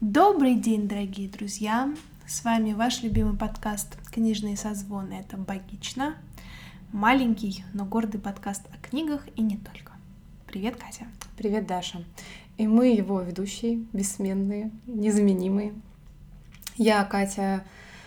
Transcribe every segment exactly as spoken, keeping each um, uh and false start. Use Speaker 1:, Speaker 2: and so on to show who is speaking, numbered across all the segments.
Speaker 1: Добрый день, дорогие друзья! С вами ваш любимый подкаст «Книжные созвоны». Это «Богично». Маленький, но гордый подкаст о книгах и не только. Привет, Катя!
Speaker 2: Привет, Даша! И мы его ведущие, бессменные, незаменимые. Я, Катя,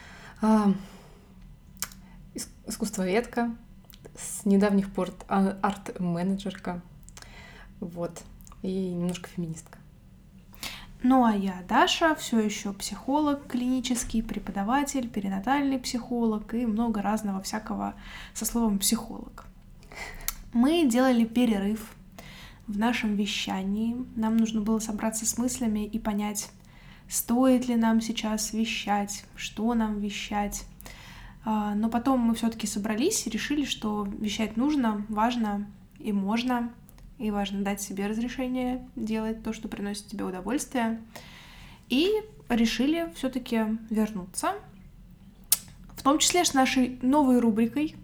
Speaker 2: искусствоведка, с недавних пор арт-менеджерка, вот, и немножко феминистка.
Speaker 1: Ну а я, Даша, все еще психолог клинический, преподаватель, перинатальный психолог и много разного всякого со словом «психолог». Мы делали перерыв в нашем вещании. Нам нужно было собраться с мыслями и понять, стоит ли нам сейчас вещать, что нам вещать. Но потом мы все-таки собрались и решили, что вещать нужно, важно и можно. И важно дать себе разрешение делать то, что приносит тебе удовольствие. И решили все-таки вернуться, в том числе с нашей новой рубрикой.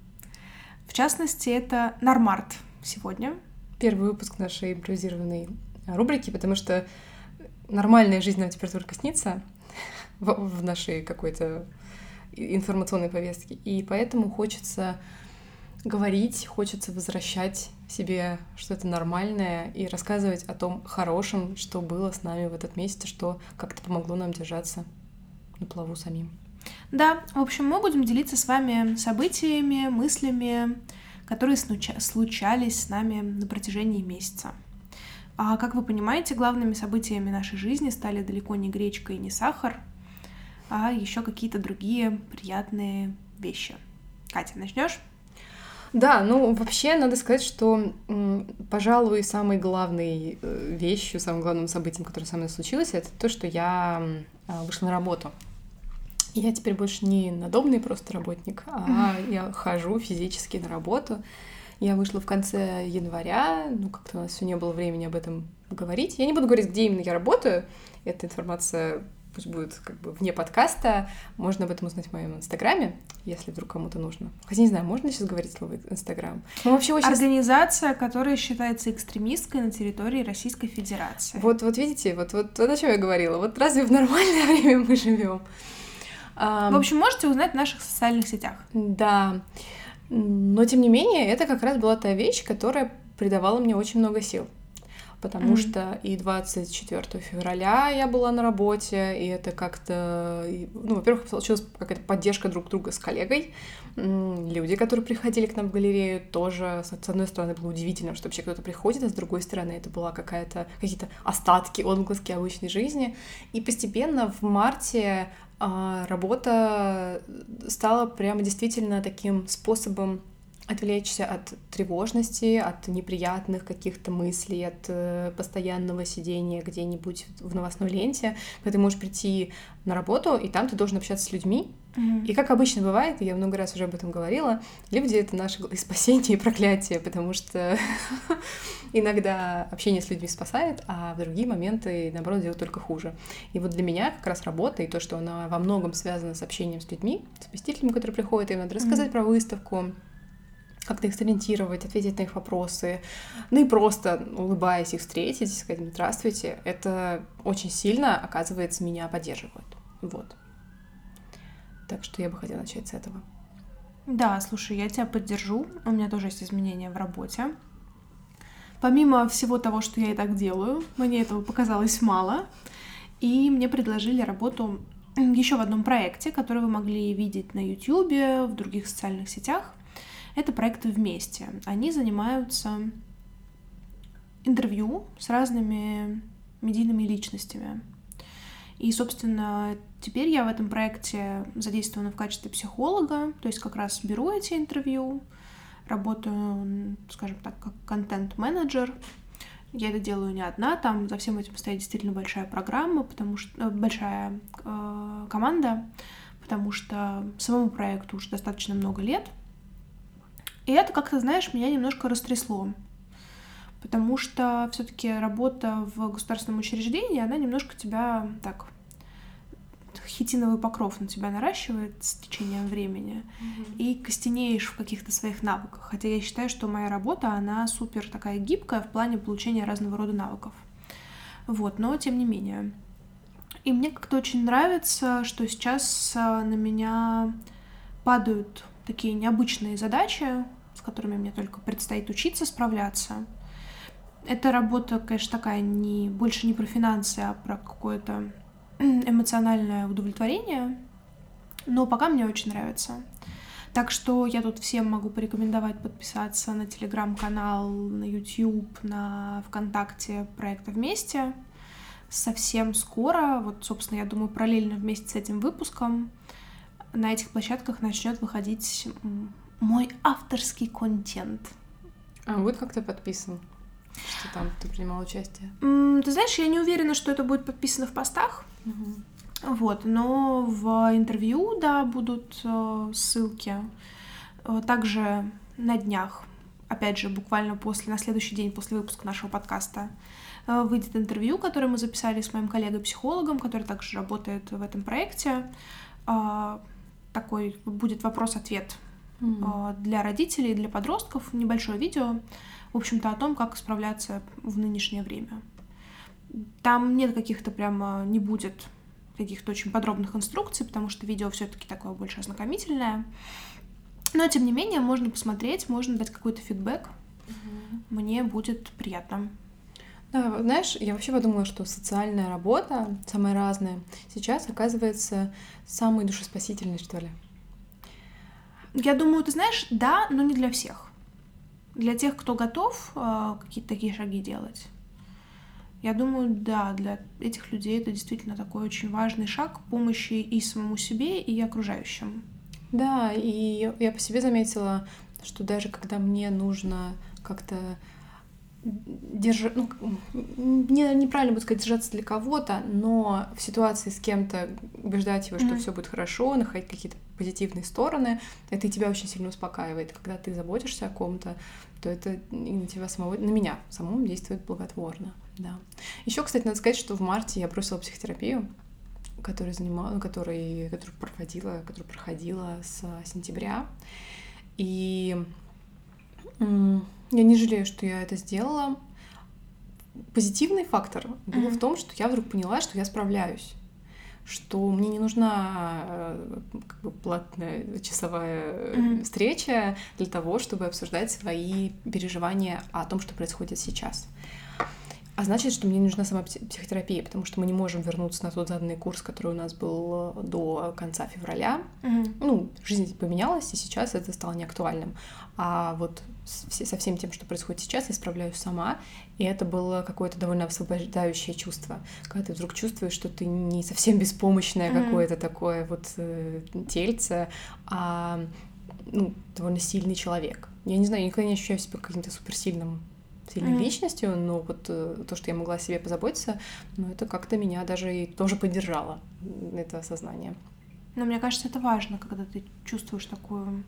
Speaker 1: В частности, это Нормарт сегодня.
Speaker 2: Первый выпуск нашей импровизированной рубрики, потому что нормальная жизнь нам теперь только снится в, в нашей какой-то информационной повестке. И поэтому хочется говорить, хочется возвращать себе что-то нормальное и рассказывать о том хорошем, что было с нами в этот месяц, что как-то помогло нам держаться на плаву самим.
Speaker 1: Да, в общем, мы будем делиться с вами событиями, мыслями, которые случались с нами на протяжении месяца. А как вы понимаете, главными событиями нашей жизни стали далеко не гречка и не сахар, а еще какие-то другие приятные вещи. Катя, начнешь?
Speaker 2: Да, ну вообще надо сказать, что, пожалуй, самой главной вещью, самым главным событием, которое со мной случилось, это то, что я вышла на работу. Я теперь больше не надомный просто работник, а я хожу физически на работу. Я вышла в конце января, ну как-то у нас все не было времени об этом говорить. Я не буду говорить, где именно я работаю, эта информация пусть будет как бы вне подкаста, можно об этом узнать в моем инстаграме, если вдруг кому-то нужно. Хотя не знаю, можно сейчас говорить слово инстаграм?
Speaker 1: Ну, вообще очень... Организация, которая считается экстремистской на территории Российской Федерации.
Speaker 2: Вот, вот видите, вот, вот, вот о чем я говорила. Вот разве в нормальное время мы живем?
Speaker 1: В общем, можете узнать в наших социальных сетях.
Speaker 2: Да, но тем не менее, это как раз была та вещь, которая придавала мне очень много сил. Потому mm-hmm. что и двадцать четвёртого февраля я была на работе, и это как-то... Ну, во-первых, получилась какая-то поддержка друг друга с коллегой. Люди, которые приходили к нам в галерею, тоже, с одной стороны, было удивительно, что вообще кто-то приходит, а с другой стороны, это была какая-то, какие-то остатки, отблески обычной жизни. И постепенно в марте работа стала прямо действительно таким способом отвлечься от тревожности, от неприятных каких-то мыслей, от э, постоянного сидения где-нибудь в новостной ленте, когда ты можешь прийти на работу, и там ты должен общаться с людьми. Mm-hmm. И как обычно бывает, я много раз уже об этом говорила, люди — это наше спасение и проклятие, потому что иногда общение с людьми спасает, а в другие моменты, наоборот, делает только хуже. И вот для меня как раз работа и то, что она во многом связана с общением с людьми, с посетителями, которые приходят, им надо рассказать mm-hmm. про выставку, как-то их сориентировать, ответить на их вопросы, ну и просто, улыбаясь их встретить, сказать им «здравствуйте», это очень сильно, оказывается, меня поддерживает. Вот. Так что я бы хотела начать с этого.
Speaker 1: Да, слушай, я тебя поддержу. У меня тоже есть изменения в работе. Помимо всего того, что я и так делаю, мне этого показалось мало, и мне предложили работу еще в одном проекте, который вы могли видеть на Ютубе, в других социальных сетях. Это проекты «Вместе». Они занимаются интервью с разными медийными личностями. И, собственно, теперь я в этом проекте задействована в качестве психолога, то есть как раз беру эти интервью, работаю, скажем так, как контент-менеджер. Я это делаю не одна, там за всем этим стоит действительно большая программа, потому что большая э, команда, потому что самому проекту уже достаточно много лет. И это как-то, знаешь, меня немножко растрясло, потому что все-таки работа в государственном учреждении, она немножко тебя так, хитиновый покров на тебя наращивает с течением времени, mm-hmm. и костенеешь в каких-то своих навыках. Хотя я считаю, что моя работа, она супер такая гибкая в плане получения разного рода навыков. Вот, но тем не менее. И мне как-то очень нравится, что сейчас на меня падают такие необычные задачи, с которыми мне только предстоит учиться справляться. Эта работа, конечно, такая не, больше не про финансы, а про какое-то эмоциональное удовлетворение, но пока мне очень нравится. Так что я тут всем могу порекомендовать подписаться на телеграм-канал, на YouTube, на ВКонтакте проекта «Вместе». Совсем скоро, вот, собственно, я думаю, параллельно вместе с этим выпуском на этих площадках начнет выходить мой авторский контент.
Speaker 2: А будет как-то подписан? Что там ты принимала участие?
Speaker 1: Ты знаешь, я не уверена, что это будет подписано в постах. Угу. Вот, но в интервью, да, будут э, ссылки. Также на днях, опять же, буквально после, на следующий день после выпуска нашего подкаста, э, выйдет интервью, которое мы записали с моим коллегой-психологом, который также работает в этом проекте. Э, такой будет вопрос-ответ mm-hmm. э, для родителей, для подростков, небольшое видео, в общем-то, о том, как справляться в нынешнее время. Там нет каких-то прямо, не будет каких-то очень подробных инструкций, потому что видео все-таки такое больше ознакомительное. Но, тем не менее, можно посмотреть, можно дать какой-то фидбэк. Mm-hmm. Мне будет приятно.
Speaker 2: Да, знаешь, я вообще подумала, что социальная работа, самая разная, сейчас оказывается самой душеспасительной, что ли.
Speaker 1: Я думаю, ты знаешь, да, но не для всех. Для тех, кто готов э, какие-то такие шаги делать. Я думаю, да, для этих людей это действительно такой очень важный шаг помощи и самому себе, и окружающим.
Speaker 2: Да, и я по себе заметила, что даже когда мне нужно как-то держать, ну, не, неправильно будет сказать, держаться для кого-то, но в ситуации с кем-то убеждать его, что mm-hmm. все будет хорошо, находить какие-то позитивные стороны, это и тебя очень сильно успокаивает. Когда ты заботишься о ком-то, то это и на тебя самого, на меня самому действует благотворно. Да. Еще, кстати, надо сказать, что в марте я бросила психотерапию, которую занимала, который, которую проходила, которую проходила с сентября. И м- я не жалею, что я это сделала. Позитивный фактор был mm-hmm. в том, что я вдруг поняла, что я справляюсь, что мне не нужна как бы платная часовая mm-hmm. встреча для того, чтобы обсуждать свои переживания о том, что происходит сейчас. А значит, что мне нужна сама психотерапия, потому что мы не можем вернуться на тот заданный курс, который у нас был до конца февраля. Mm-hmm. Ну, жизнь поменялась, и сейчас это стало неактуальным. А вот со всем тем, что происходит сейчас, я справляюсь сама, и это было какое-то довольно освобождающее чувство, когда ты вдруг чувствуешь, что ты не совсем беспомощное mm-hmm. какое-то такое вот э, тельце, а ну, довольно сильный человек. Я не знаю, я никогда не ощущаю себя каким-то суперсильным сильной mm-hmm. личностью, но вот э, то, что я могла о себе позаботиться, ну, это как-то меня даже и тоже поддержало, это осознание.
Speaker 1: Но мне кажется, это важно, когда ты чувствуешь такую,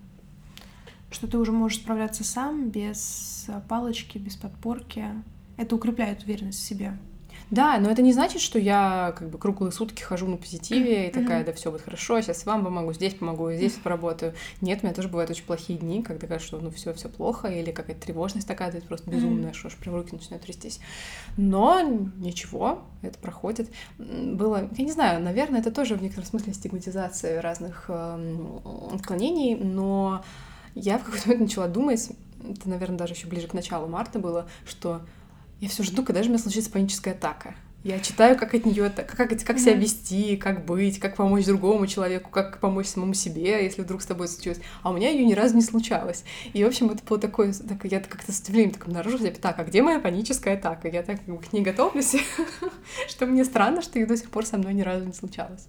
Speaker 1: что ты уже можешь справляться сам, без палочки, без подпорки. Это укрепляет уверенность в себе.
Speaker 2: Да, но это не значит, что я как бы круглые сутки хожу на позитиве и такая, да все будет хорошо, сейчас вам помогу, здесь помогу, здесь поработаю. Нет, у меня тоже бывают очень плохие дни, когда кажется, что ну все, все плохо, или какая-то тревожность такая, ты просто безумная, что аж прям руки начинают трястись. Но ничего, это проходит. Было, я не знаю, наверное, это тоже в некотором смысле стигматизация разных э, отклонений, но я в какой-то момент начала думать, это, наверное, даже еще ближе к началу марта было, что я все жду, когда же у меня случится паническая атака. Я читаю, как от нее, как, как, как себя вести, как быть, как помочь другому человеку, как помочь самому себе, если вдруг с тобой случилось. А у меня ее ни разу не случалось. И, в общем, это было такое, так, я как-то с удивлением так обнаружила, так, а где моя паническая атака? Я так к ней готовлюсь, что мне странно, что ее до сих пор со мной ни разу не случалось.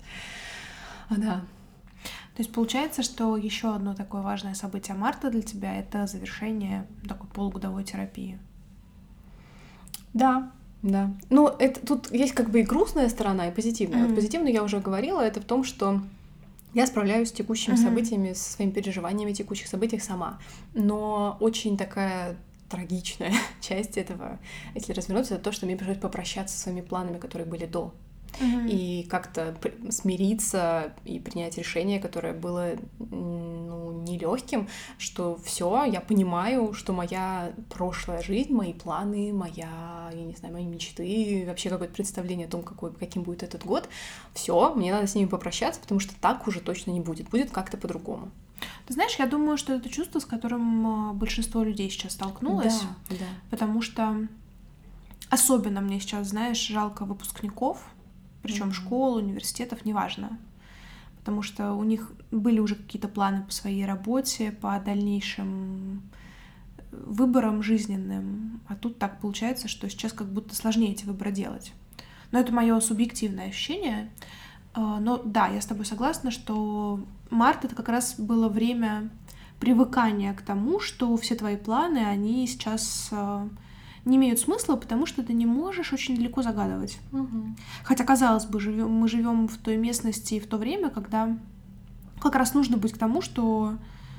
Speaker 2: Да.
Speaker 1: То есть получается, что еще одно такое важное событие марта для тебя — это завершение такой полугодовой терапии.
Speaker 2: Да, да. Ну, это тут есть как бы и грустная сторона, и позитивная. Mm-hmm. Вот позитивную я уже говорила, это в том, что я справляюсь с текущими mm-hmm. событиями, со своими переживаниями о текущих событиях сама. Но очень такая трагичная часть этого, если развернуться, это то, что мне пришлось попрощаться со своими планами, которые были до. mm-hmm. и как-то смириться и принять решение, которое было, ну, нелегким, что все, я понимаю, что моя прошлая жизнь, мои планы, моя, я не знаю, мои мечты, вообще какое-то представление о том, какой, каким будет этот год, все, мне надо с ними попрощаться, потому что так уже точно не будет, будет как-то по-другому.
Speaker 1: Ты знаешь, я думаю, что это чувство, с которым большинство людей сейчас столкнулось,
Speaker 2: да, да.
Speaker 1: потому что особенно мне сейчас, знаешь, жалко выпускников, причем mm-hmm. школ, университетов, неважно, потому что у них были уже какие-то планы по своей работе, по дальнейшим выборам жизненным, а тут так получается, что сейчас как будто сложнее эти выборы делать. Но это мое субъективное ощущение. Но да, я с тобой согласна, что март — это как раз было время привыкания к тому, что все твои планы, они сейчас не имеют смысла, потому что ты не можешь очень далеко загадывать.
Speaker 2: Угу.
Speaker 1: Хотя, казалось бы, живем, мы живем в той местности и в то время, когда как раз нужно быть к тому, что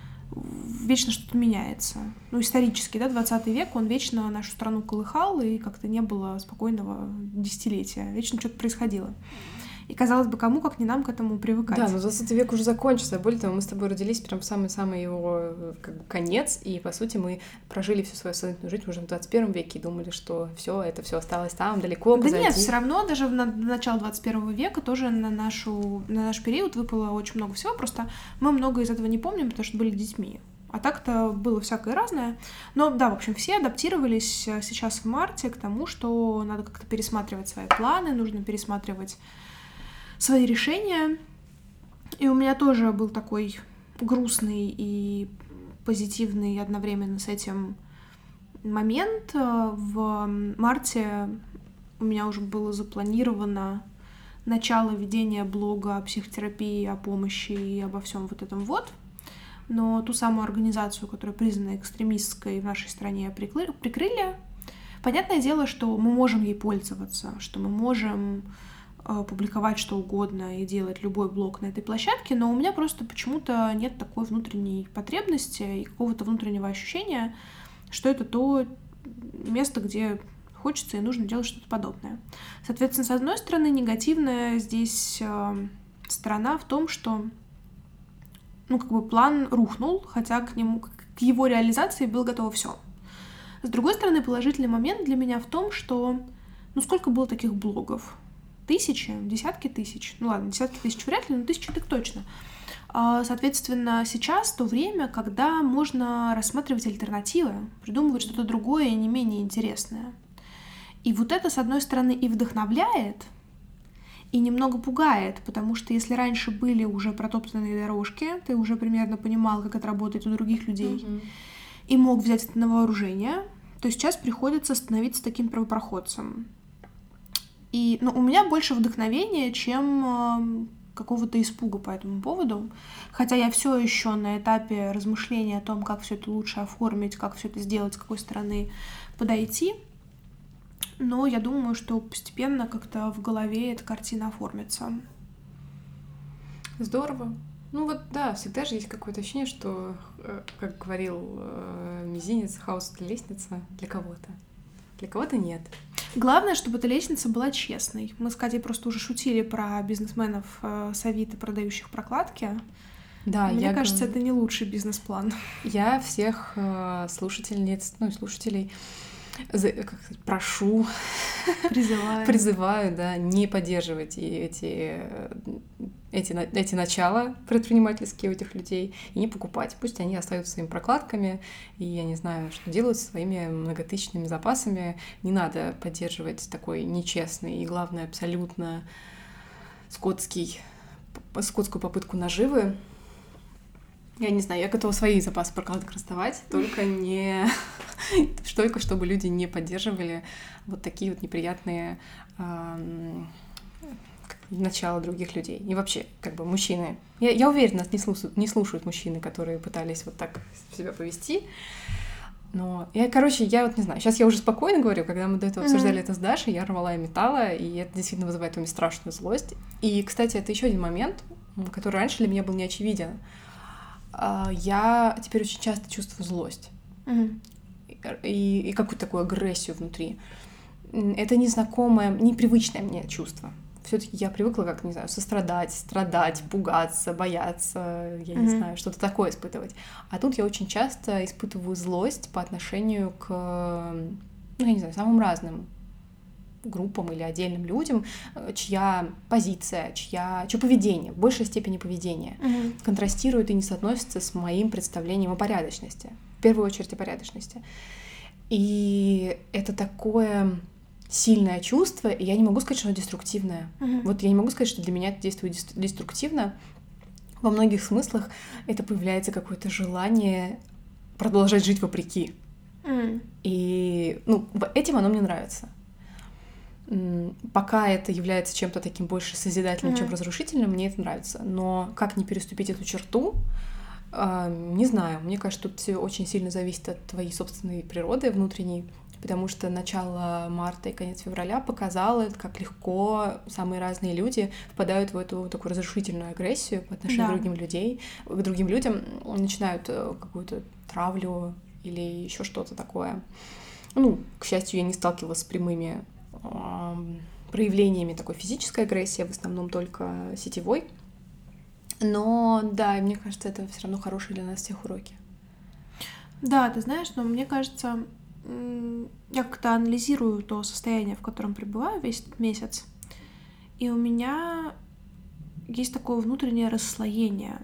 Speaker 1: вечно что-то меняется. Ну, исторически, да, двадцатый век, он вечно нашу страну колыхал, и как-то не было спокойного десятилетия. Вечно что-то происходило. И, казалось бы, кому, как не нам, к этому привыкать.
Speaker 2: Да, но двадцатый век уже закончился. Более того, мы с тобой родились прям в самый-самый его как бы конец, и, по сути, мы прожили всю свою сознательную жизнь уже в двадцать первом веке и думали, что все это все осталось там, далеко, позади.
Speaker 1: Да нет, все равно даже на начало двадцать первого века тоже на, нашу, на наш период выпало очень много всего, просто мы много из этого не помним, потому что были детьми. А так-то было всякое разное. Но да, в общем, все адаптировались сейчас в марте к тому, что надо как-то пересматривать свои планы, нужно пересматривать свои решения. И у меня тоже был такой грустный и позитивный одновременно с этим момент. В марте у меня уже было запланировано начало ведения блога о психотерапии, о помощи и обо всем вот этом вот. Но ту самую организацию, которая признана экстремистской в нашей стране, прикрыли. Понятное дело, что мы можем ей пользоваться, что мы можем публиковать что угодно и делать любой блог на этой площадке, но у меня просто почему-то нет такой внутренней потребности и какого-то внутреннего ощущения, что это то место, где хочется и нужно делать что-то подобное. Соответственно, с одной стороны, негативная здесь сторона в том, что ну, как бы план рухнул, хотя к нему, к его реализации было готово все. С другой стороны, положительный момент для меня в том, что ну сколько было таких блогов? Тысячи, десятки тысяч. Ну ладно, десятки тысяч вряд ли, но тысячи так точно. Соответственно, сейчас то время, когда можно рассматривать альтернативы, придумывать что-то другое и не менее интересное. И вот это, с одной стороны, и вдохновляет, и немного пугает, потому что если раньше были уже протоптанные дорожки, ты уже примерно понимал, как это работает у других людей, mm-hmm. и мог взять это на вооружение, то сейчас приходится становиться таким первопроходцем. И ну, у меня больше вдохновения, чем э, какого-то испуга по этому поводу. Хотя я все еще на этапе размышления о том, как все это лучше оформить, как все это сделать, с какой стороны подойти. Но я думаю, что постепенно как-то в голове эта картина оформится.
Speaker 2: Здорово. Ну вот да, всегда же есть какое-то ощущение, что, как говорил э, мизинец, хаос — это лестница для кого-то. Для кого-то нет.
Speaker 1: Главное, чтобы эта лестница была честной. Мы с Катей просто уже шутили про бизнесменов э, с Авито, продающих прокладки.
Speaker 2: Да,
Speaker 1: Мне
Speaker 2: я
Speaker 1: кажется,
Speaker 2: говорю...
Speaker 1: это не лучший бизнес-план.
Speaker 2: Я всех э, слушательниц, ну, слушателей за, как сказать, прошу,
Speaker 1: призываю.
Speaker 2: призываю, да, не поддерживать эти, эти, эти начала предпринимательские у этих людей и не покупать. Пусть они остаются своими прокладками, и я не знаю, что делают со своими многотысячными запасами. Не надо поддерживать такой нечестный и, главное, абсолютно скотский, скотскую попытку наживы. Я не знаю, я готова свои запасы прокладок раздавать, только не... только чтобы люди не поддерживали вот такие вот неприятные эм, начала других людей. И вообще, как бы, мужчины... Я, я уверена, нас не слушают, не слушают мужчины, которые пытались вот так себя повести. Но я, короче, я вот не знаю. Сейчас я уже спокойно говорю, когда мы до этого обсуждали mm-hmm. это с Дашей, я рвала и металла, и это действительно вызывает у меня страшную злость. И, кстати, это еще один момент, который раньше для меня был неочевиден. Я теперь очень часто чувствую злость.
Speaker 1: Mm-hmm.
Speaker 2: И, и какую-то такую агрессию внутри. Это незнакомое, непривычное мне чувство. все-таки я привыкла, как, не знаю, сострадать, страдать, пугаться, бояться, я не
Speaker 1: Мгм.
Speaker 2: знаю, что-то такое испытывать. А тут я очень часто испытываю злость по отношению к, ну, я не знаю, самым разным группам или отдельным людям, э, чья позиция, чья, чье поведение, в большей степени поведение,
Speaker 1: Мгм.
Speaker 2: контрастирует и не соотносится с моим представлением о порядочности. В первую очередь о порядочности. И это такое сильное чувство, и я не могу сказать, что оно деструктивное.
Speaker 1: Мгм.
Speaker 2: Вот я не могу сказать, что для меня это действует дес- деструктивно. Во многих смыслах это появляется какое-то желание продолжать жить вопреки.
Speaker 1: М.
Speaker 2: И ну, в- этим оно мне нравится. М, Пока это является чем-то таким больше созидательным, чем
Speaker 1: Мгм.
Speaker 2: разрушительным, мне это нравится. Но как не переступить эту черту, а, не знаю. Мне кажется, тут все очень сильно зависит от твоей собственной природы внутренней, потому что начало марта и конец февраля показало, как легко самые разные люди впадают в эту такую разрушительную агрессию по отношению
Speaker 1: Да.
Speaker 2: к другим людей, к другим людям, начинают э, какую-то травлю или еще что-то такое. Ну, к счастью, я не сталкивалась с прямыми ам, проявлениями такой физической агрессии, в основном только сетевой. Но да, и мне кажется, это все равно хорошие для нас всех уроки.
Speaker 1: Да, ты знаешь, но мне кажется, м, я как-то анализирую то состояние, в котором пребываю весь этот месяц, и у меня есть такое внутреннее расслоение,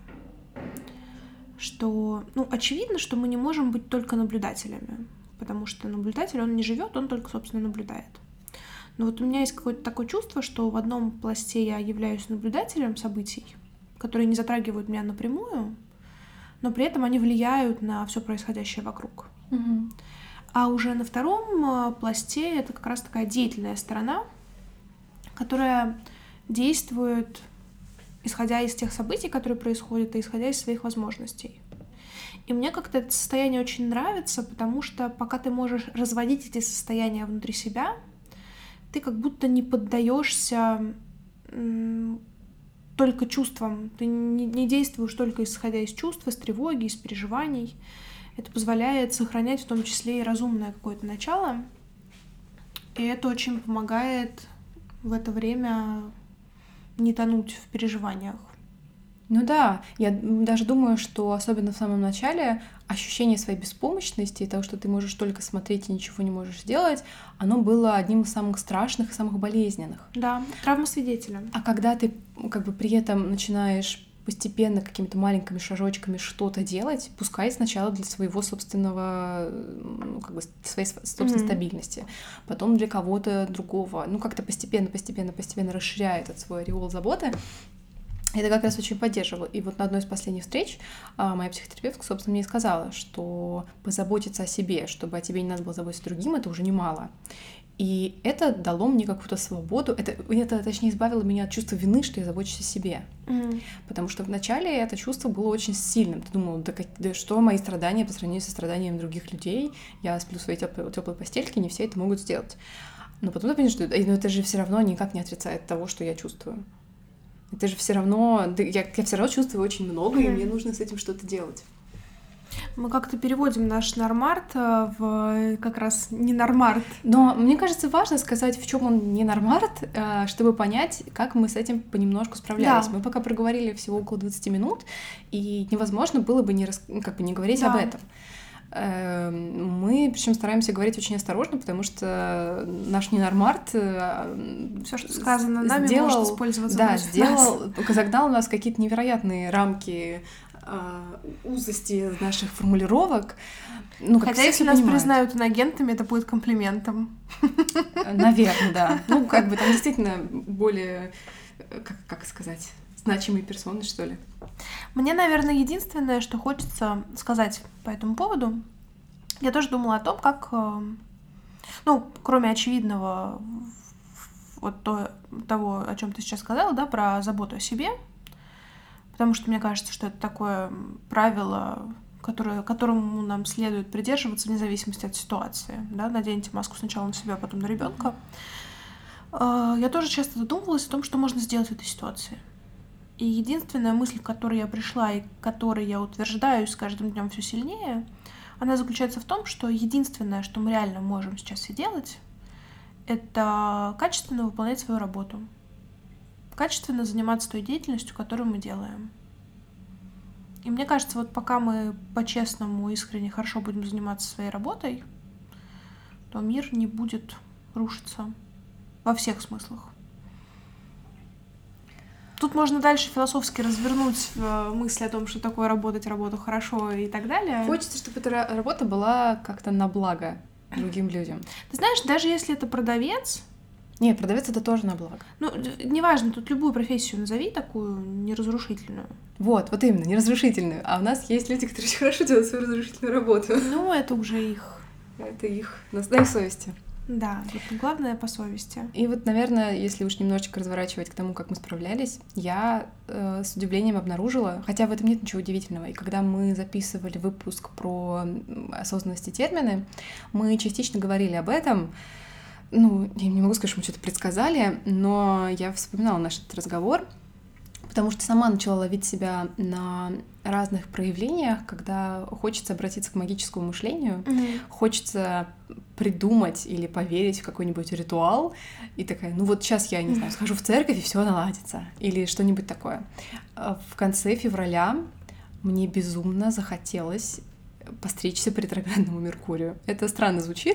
Speaker 1: что, ну, очевидно, что мы не можем быть только наблюдателями, потому что наблюдатель, он не живет, он только, собственно, наблюдает. Но вот у меня есть какое-то такое чувство, что в одном пласте я являюсь наблюдателем событий, которые не затрагивают меня напрямую, но при этом они влияют на все происходящее вокруг.
Speaker 2: Мгм.
Speaker 1: А уже на втором а, пласте это как раз такая деятельная сторона, которая действует, исходя из тех событий, которые происходят, и исходя из своих возможностей. И мне как-то это состояние очень нравится, потому что пока ты можешь разводить эти состояния внутри себя, ты как будто не поддаешься м, только чувствам, ты не, не действуешь только исходя из чувств, из тревоги, из переживаний. Это позволяет сохранять в том числе и разумное какое-то начало. И это очень помогает в это время не тонуть в переживаниях.
Speaker 2: Ну да, я даже думаю, что особенно в самом начале ощущение своей беспомощности и того, что ты можешь только смотреть и ничего не можешь сделать, оно было одним из самых страшных и самых болезненных.
Speaker 1: Да, травма свидетеля.
Speaker 2: А когда ты как бы при этом начинаешь постепенно какими-то маленькими шажочками что-то делать, пускай сначала для своего собственного, ну, как бы своей собственной
Speaker 1: Мгм.
Speaker 2: стабильности, потом для кого-то другого, ну как-то постепенно, постепенно, постепенно расширяя этот свой ореол заботы, это как раз очень поддерживало. И вот на одной из последних встреч а, моя психотерапевтка, собственно, мне и сказала, что позаботиться о себе, чтобы о тебе не надо было заботиться другим, это уже немало. И это дало мне какую-то свободу, это, это точнее избавило меня от чувства вины, что я забочусь о себе.
Speaker 1: Мгм.
Speaker 2: Потому что вначале это чувство было очень сильным. Ты думала, да, как, да что мои страдания по сравнению со страданиями других людей, я сплю в своей теплой, теплой постельке, не все это могут сделать. Но потом ты понимаешь, что ну, это же все равно никак не отрицает того, что я чувствую. Это же все равно, я, я все равно чувствую очень много, mm-hmm. и мне нужно с этим что-то делать.
Speaker 1: Мы как-то переводим наш нормарт в как раз не нормарт.
Speaker 2: Но мне кажется, важно сказать, в чем он не нормарт, чтобы понять, как мы с этим понемножку справлялись. Да. Мы пока проговорили всего около двадцати минут, и невозможно было бы не, рас... как бы не говорить да. об этом. Мы, причем, стараемся говорить очень осторожно, потому что наш ненормарт
Speaker 1: все, что сказано нами,
Speaker 2: сделал,
Speaker 1: может использоваться
Speaker 2: да,
Speaker 1: против
Speaker 2: сделал,
Speaker 1: нас.
Speaker 2: загнал у нас какие-то невероятные рамки узости наших формулировок. Ну,
Speaker 1: хотя если нас понимают. Признают инагентами, это будет комплиментом.
Speaker 2: Наверное, да. Ну, как бы там действительно более, как, как сказать, значимые персоны, что ли.
Speaker 1: Мне, наверное, единственное, что хочется сказать по этому поводу, я тоже думала о том, как, ну, кроме очевидного вот то, того, о чем ты сейчас сказала, да, про заботу о себе, потому что мне кажется, что это такое правило, которое, которому нам следует придерживаться вне зависимости от ситуации, да, наденьте маску сначала на себя, потом на ребенка. Я тоже часто задумывалась о том, что можно сделать в этой ситуации. И единственная мысль, к которой я пришла и которой я утверждаюсь с каждым днем все сильнее, она заключается в том, что единственное, что мы реально можем сейчас все делать, это качественно выполнять свою работу. качественно заниматься той деятельностью, которую мы делаем. И мне кажется, вот пока мы по-честному, искренне, хорошо будем заниматься своей работой, то мир не будет рушиться во всех смыслах. Тут можно дальше философски развернуть мысли о том, что такое работать, работу хорошо и так далее.
Speaker 2: Хочется, чтобы эта работа была как-то на благо другим людям.
Speaker 1: Ты знаешь, даже если это продавец...
Speaker 2: Нет, продавец — это тоже на благо.
Speaker 1: Ну, неважно, тут любую профессию назови такую неразрушительную.
Speaker 2: Вот, вот именно, неразрушительную. А у нас есть люди, которые очень хорошо делают свою разрушительную работу.
Speaker 1: Ну, это уже их.
Speaker 2: Это их, на их совести.
Speaker 1: Да, вот главное по совести.
Speaker 2: И вот, наверное, если уж немножечко разворачивать к тому, как мы справлялись, я э, с удивлением обнаружила, хотя в этом нет ничего удивительного, и когда мы записывали выпуск про осознанность и термины, мы частично говорили об этом. Ну, я не могу сказать, что мы что-то предсказали, но я вспоминала наш этот разговор, потому что сама начала ловить себя на разных проявлениях, когда хочется обратиться к магическому мышлению, mm-hmm. хочется придумать или поверить в какой-нибудь ритуал, и такая, ну вот сейчас я, не знаю, схожу в церковь, и все наладится, или что-нибудь такое. В конце февраля мне безумно захотелось постричься по ретроградному Меркурию. Это странно звучит,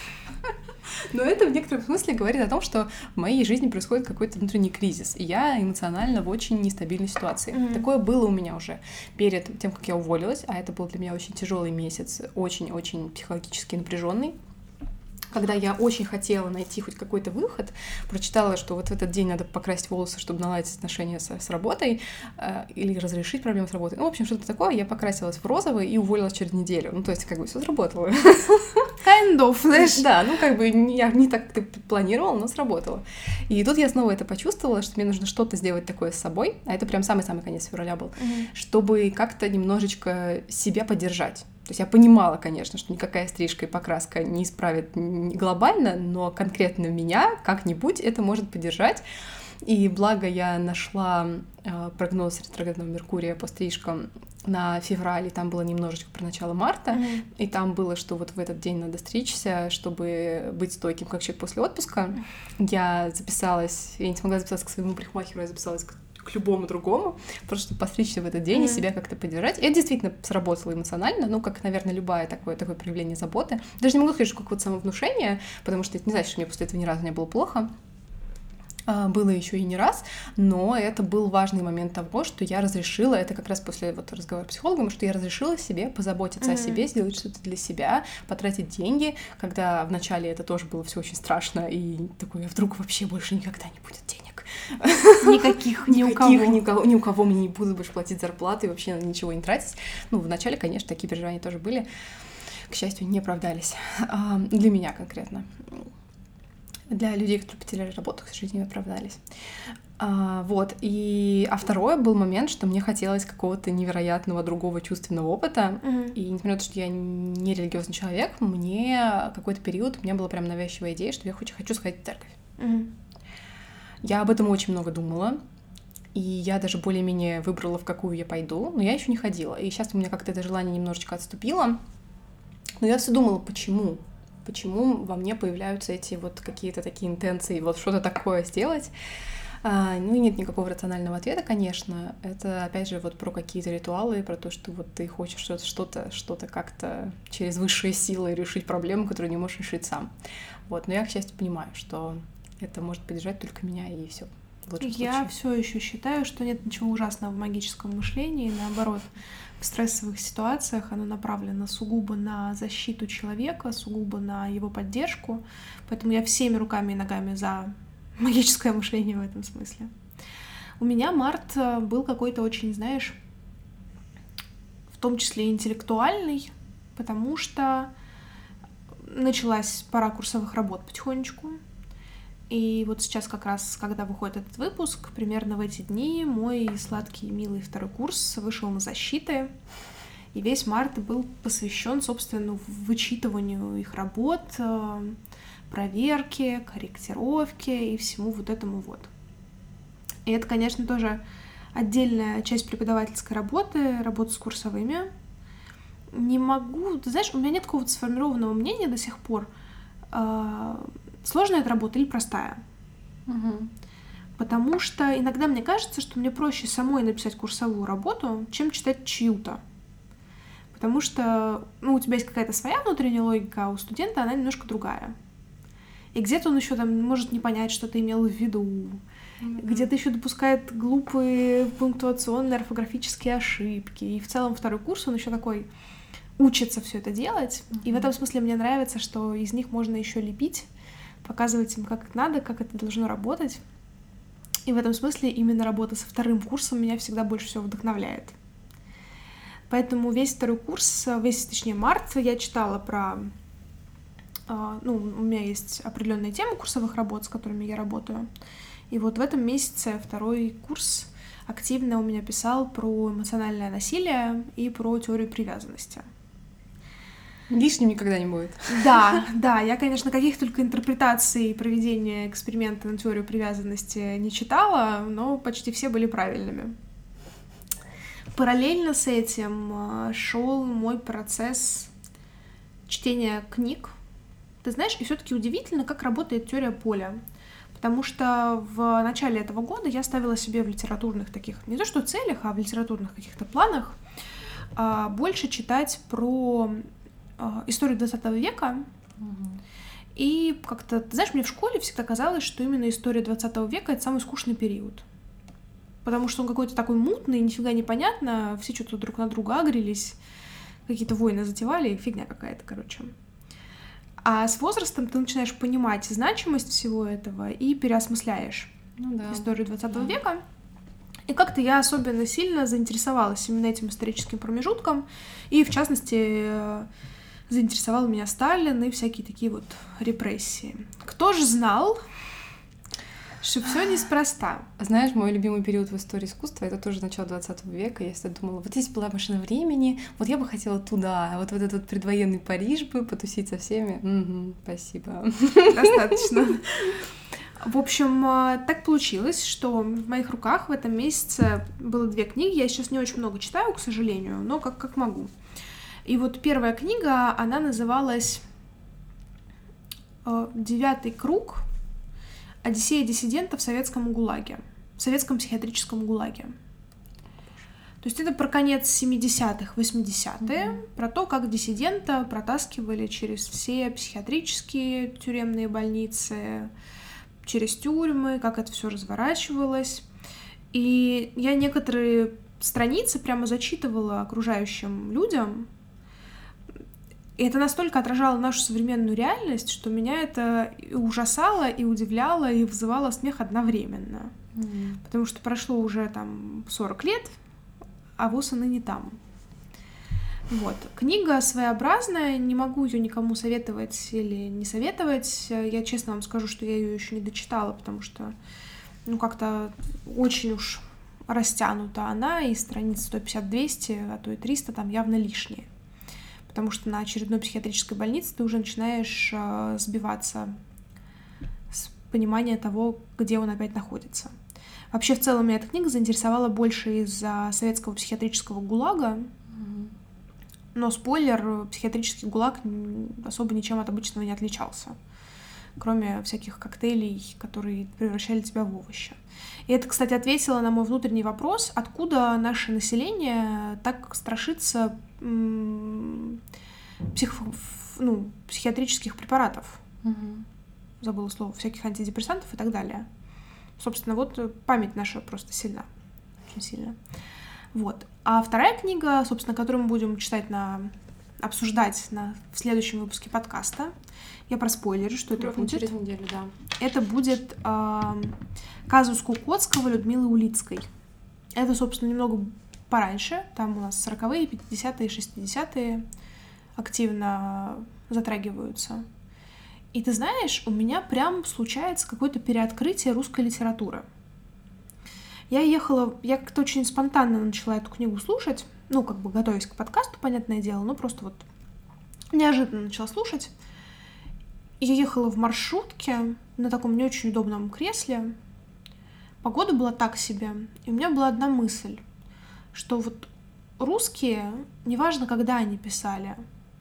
Speaker 2: но это в некотором смысле говорит о том, что в моей жизни происходит какой-то внутренний кризис, и я эмоционально в очень нестабильной ситуации. Mm-hmm. Такое было у меня уже перед тем, как я уволилась, а это был для меня очень тяжелый месяц, очень-очень психологически напряженный. Когда я очень хотела найти хоть какой-то выход, прочитала, что вот в этот день надо покрасить волосы, чтобы наладить отношения с, с работой, э, или разрешить проблемы с работой. Ну, в общем, что-то такое. Я покрасилась в розовый и уволилась через неделю. Ну, то есть, как бы, все сработало.
Speaker 1: Kind of, знаешь.
Speaker 2: Да, ну, как бы, я не так, как ты планировала, но сработало. И тут я снова это почувствовала, что мне нужно что-то сделать такое с собой, а это прям самый-самый конец февраля был, mm-hmm. чтобы как-то немножечко себя поддержать. То есть я понимала, конечно, что никакая стрижка и покраска не исправит глобально, но конкретно меня как-нибудь это может поддержать. И благо я нашла э, прогноз ретроградного Меркурия по стрижкам на февраль, и там было немножечко про начало марта, mm-hmm. и там было, что вот в этот день надо стричься, чтобы быть стойким, как человек после отпуска. Я записалась, я не смогла записаться к своему парикмахеру, я записалась к к любому другому, просто чтобы постричься в этот день mm-hmm. и себя как-то поддержать. И это действительно сработало эмоционально, ну, как, наверное, любое такое, такое проявление заботы. Даже не могу сказать, что какое-то самовнушение, потому что это не значит, что мне после этого ни разу не было плохо. А, было еще и не раз, но это был важный момент того, что я разрешила, это как раз после вот разговора с психологом, что я разрешила себе позаботиться mm-hmm. о себе, сделать что-то для себя, потратить деньги, когда вначале это тоже было все очень страшно, и такое, вдруг вообще больше никогда не будет денег.
Speaker 1: Никаких, ни у кого.
Speaker 2: Никаких, ни у кого мне не буду больше платить зарплаты и вообще ничего не тратить. Ну, вначале, конечно, такие переживания тоже были. К счастью, не оправдались. А, для меня конкретно. Для людей, которые потеряли работу, к сожалению, не оправдались. А, вот. И... А второе был момент, что мне хотелось какого-то невероятного другого чувственного опыта. Mm-hmm. И несмотря на то, что я не религиозный человек, мне какой-то период, у меня была прям навязчивая идея, что я хочу, хочу сходить в церковь. Mm-hmm. Я об этом очень много думала, и я даже более-менее выбрала, в какую я пойду, но я еще не ходила. И сейчас у меня как-то это желание немножечко отступило, но я все думала, почему? Почему во мне появляются эти вот какие-то такие интенции, вот что-то такое сделать? А, ну и нет никакого рационального ответа, конечно. Это, опять же, вот про какие-то ритуалы, про то, что вот ты хочешь что-то, что-то, что-то как-то через высшие силы решить проблему, которую не можешь решить сам. Вот, но я, к счастью, понимаю, что это может поддержать только меня, и все.
Speaker 1: Я все еще считаю, что нет ничего ужасного в магическом мышлении. Наоборот, в стрессовых ситуациях оно направлено сугубо на защиту человека, сугубо на его поддержку. Поэтому я всеми руками и ногами за магическое мышление в этом смысле. У меня март был какой-то очень, знаешь, в том числе интеллектуальный, потому что началась пора курсовых работ потихонечку. И вот сейчас как раз, когда выходит этот выпуск, примерно в эти дни мой сладкий, милый второй курс вышел на защиты, и весь март был посвящен, собственно, вычитыванию их работ, проверке, корректировке и всему вот этому вот. И это, конечно, тоже отдельная часть преподавательской работы, работы с курсовыми. Не могу, ты знаешь, у меня нет какого-то сформированного мнения до сих пор, сложная эта работа или простая?
Speaker 2: Угу.
Speaker 1: Потому что иногда мне кажется, что мне проще самой написать курсовую работу, чем читать чью-то. Потому что, ну, у тебя есть какая-то своя внутренняя логика, а у студента она немножко другая. И где-то он еще там может не понять, что ты имел в виду. Mm-hmm. Где-то еще допускает глупые пунктуационные, орфографические ошибки. И в целом второй курс, он еще такой учится все это делать. Mm-hmm. И в этом смысле мне нравится, что из них можно еще лепить, показывать им, как это надо, как это должно работать. И в этом смысле именно работа со вторым курсом меня всегда больше всего вдохновляет. Поэтому весь второй курс, весь, точнее, март я читала про... Ну, у меня есть определенная тема курсовых работ, с которыми я работаю. И вот в этом месяце второй курс активно у меня писал про эмоциональное насилие и про теорию привязанности.
Speaker 2: Лишним никогда не будет.
Speaker 1: Да, да, я, конечно, каких только интерпретаций проведения эксперимента на теорию привязанности не читала, но почти все были правильными. Параллельно с этим шел мой процесс чтения книг. Ты знаешь, и все-таки удивительно, как работает теория поля. Потому что в начале этого года я ставила себе в литературных таких, не то что целях, а в литературных каких-то планах больше читать про историю двадцатого века. Угу. И как-то, ты знаешь, мне в школе всегда казалось, что именно история двадцатого века — это самый скучный период. Потому что он какой-то такой мутный, нифига непонятно, все что-то друг на друга агрились, какие-то войны затевали, фигня какая-то, короче. А с возрастом ты начинаешь понимать значимость всего этого и переосмысляешь ну, да. историю двадцатого да. века. И как-то я особенно сильно заинтересовалась именно этим историческим промежутком, и, в частности, заинтересовал меня Сталин и всякие такие вот репрессии. Кто же знал, что все неспроста?
Speaker 2: Знаешь, мой любимый период в истории искусства — это тоже начало двадцатого века. Я всегда думала, вот если была машина времени, вот я бы хотела туда, вот в этот вот предвоенный Париж бы потусить со всеми. Угу, спасибо.
Speaker 1: Достаточно. В общем, так получилось, что в моих руках в этом месяце было две книги. Я сейчас не очень много читаю, к сожалению, но как, как могу. И вот первая книга, она называлась «Девятый круг. Одиссея диссидента в советском ГУЛАГе», в советском психиатрическом ГУЛАГе. То есть это про конец семидесятых, восьмидесятые, mm-hmm. про то, как диссидента протаскивали через все психиатрические тюремные больницы, через тюрьмы, как это все разворачивалось. И я некоторые страницы прямо зачитывала окружающим людям. И это настолько отражало нашу современную реальность, что меня это и ужасало, и удивляло, и вызывало смех одновременно. Mm-hmm. Потому что прошло уже там сорок лет, а вуз и ныне там. Вот. Книга своеобразная, не могу ее никому советовать или не советовать. Я честно вам скажу, что я ее еще не дочитала, потому что ну как-то очень уж растянута она, и страниц сто пятьдесят - двести, а то и триста там явно лишние. Потому что на очередной психиатрической больнице ты уже начинаешь э, сбиваться с понимания того, где он опять находится. Вообще, в целом, меня эта книга заинтересовала больше из-за советского психиатрического ГУЛАГа. Mm-hmm. Но, спойлер, психиатрический ГУЛАГ особо ничем от обычного не отличался, кроме всяких коктейлей, которые превращали тебя в овощи. И это, кстати, ответило на мой внутренний вопрос, откуда наше население так страшится м- псих... ну, психиатрических препаратов. Mm-hmm. Забыла слово, всяких антидепрессантов и так далее. Собственно, вот память наша просто сильна, очень сильно. Вот. А вторая книга, собственно, которую мы будем читать на... обсуждать на... в следующем выпуске подкаста, я проспойлерю, что это
Speaker 2: Ровно
Speaker 1: будет.
Speaker 2: Через неделю, да.
Speaker 1: Это будет э, казус Кукоцкого Людмилы Улицкой. Это, собственно, немного пораньше. Там у нас сороковые, пятидесятые, шестидесятые активно затрагиваются. И ты знаешь, у меня прям случается какое-то переоткрытие русской литературы. Я ехала, я как-то очень спонтанно начала эту книгу слушать, ну, как бы готовясь к подкасту, понятное дело, но просто вот неожиданно начала слушать. Я ехала в маршрутке на таком не очень удобном кресле. Погода была так себе, и у меня была одна мысль, что вот русские, неважно, когда они писали,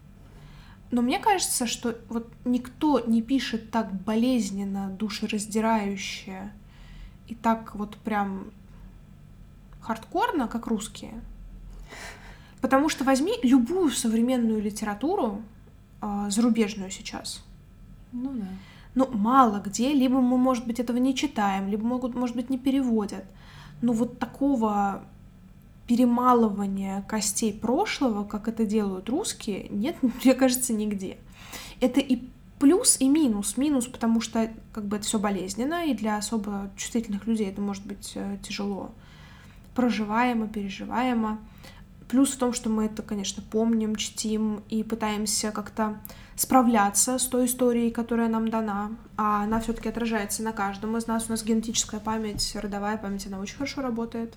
Speaker 1: но мне кажется, что вот никто не пишет так болезненно, душераздирающе и так вот прям хардкорно, как русские. Потому что возьми любую современную литературу, э, зарубежную сейчас.
Speaker 2: Ну да.
Speaker 1: Ну, мало где, либо мы, может быть, этого не читаем, либо могут, может быть, не переводят. Но вот такого перемалывания костей прошлого, как это делают русские, нет, мне кажется, нигде. Это и плюс, и минус. Минус, потому что как бы это все болезненно, и для особо чувствительных людей это может быть тяжело проживаемо, переживаемо. Плюс в том, что мы это, конечно, помним, чтим и пытаемся как-то справляться с той историей, которая нам дана, а она все-таки отражается на каждом из нас. У нас генетическая память, родовая память, она очень хорошо работает.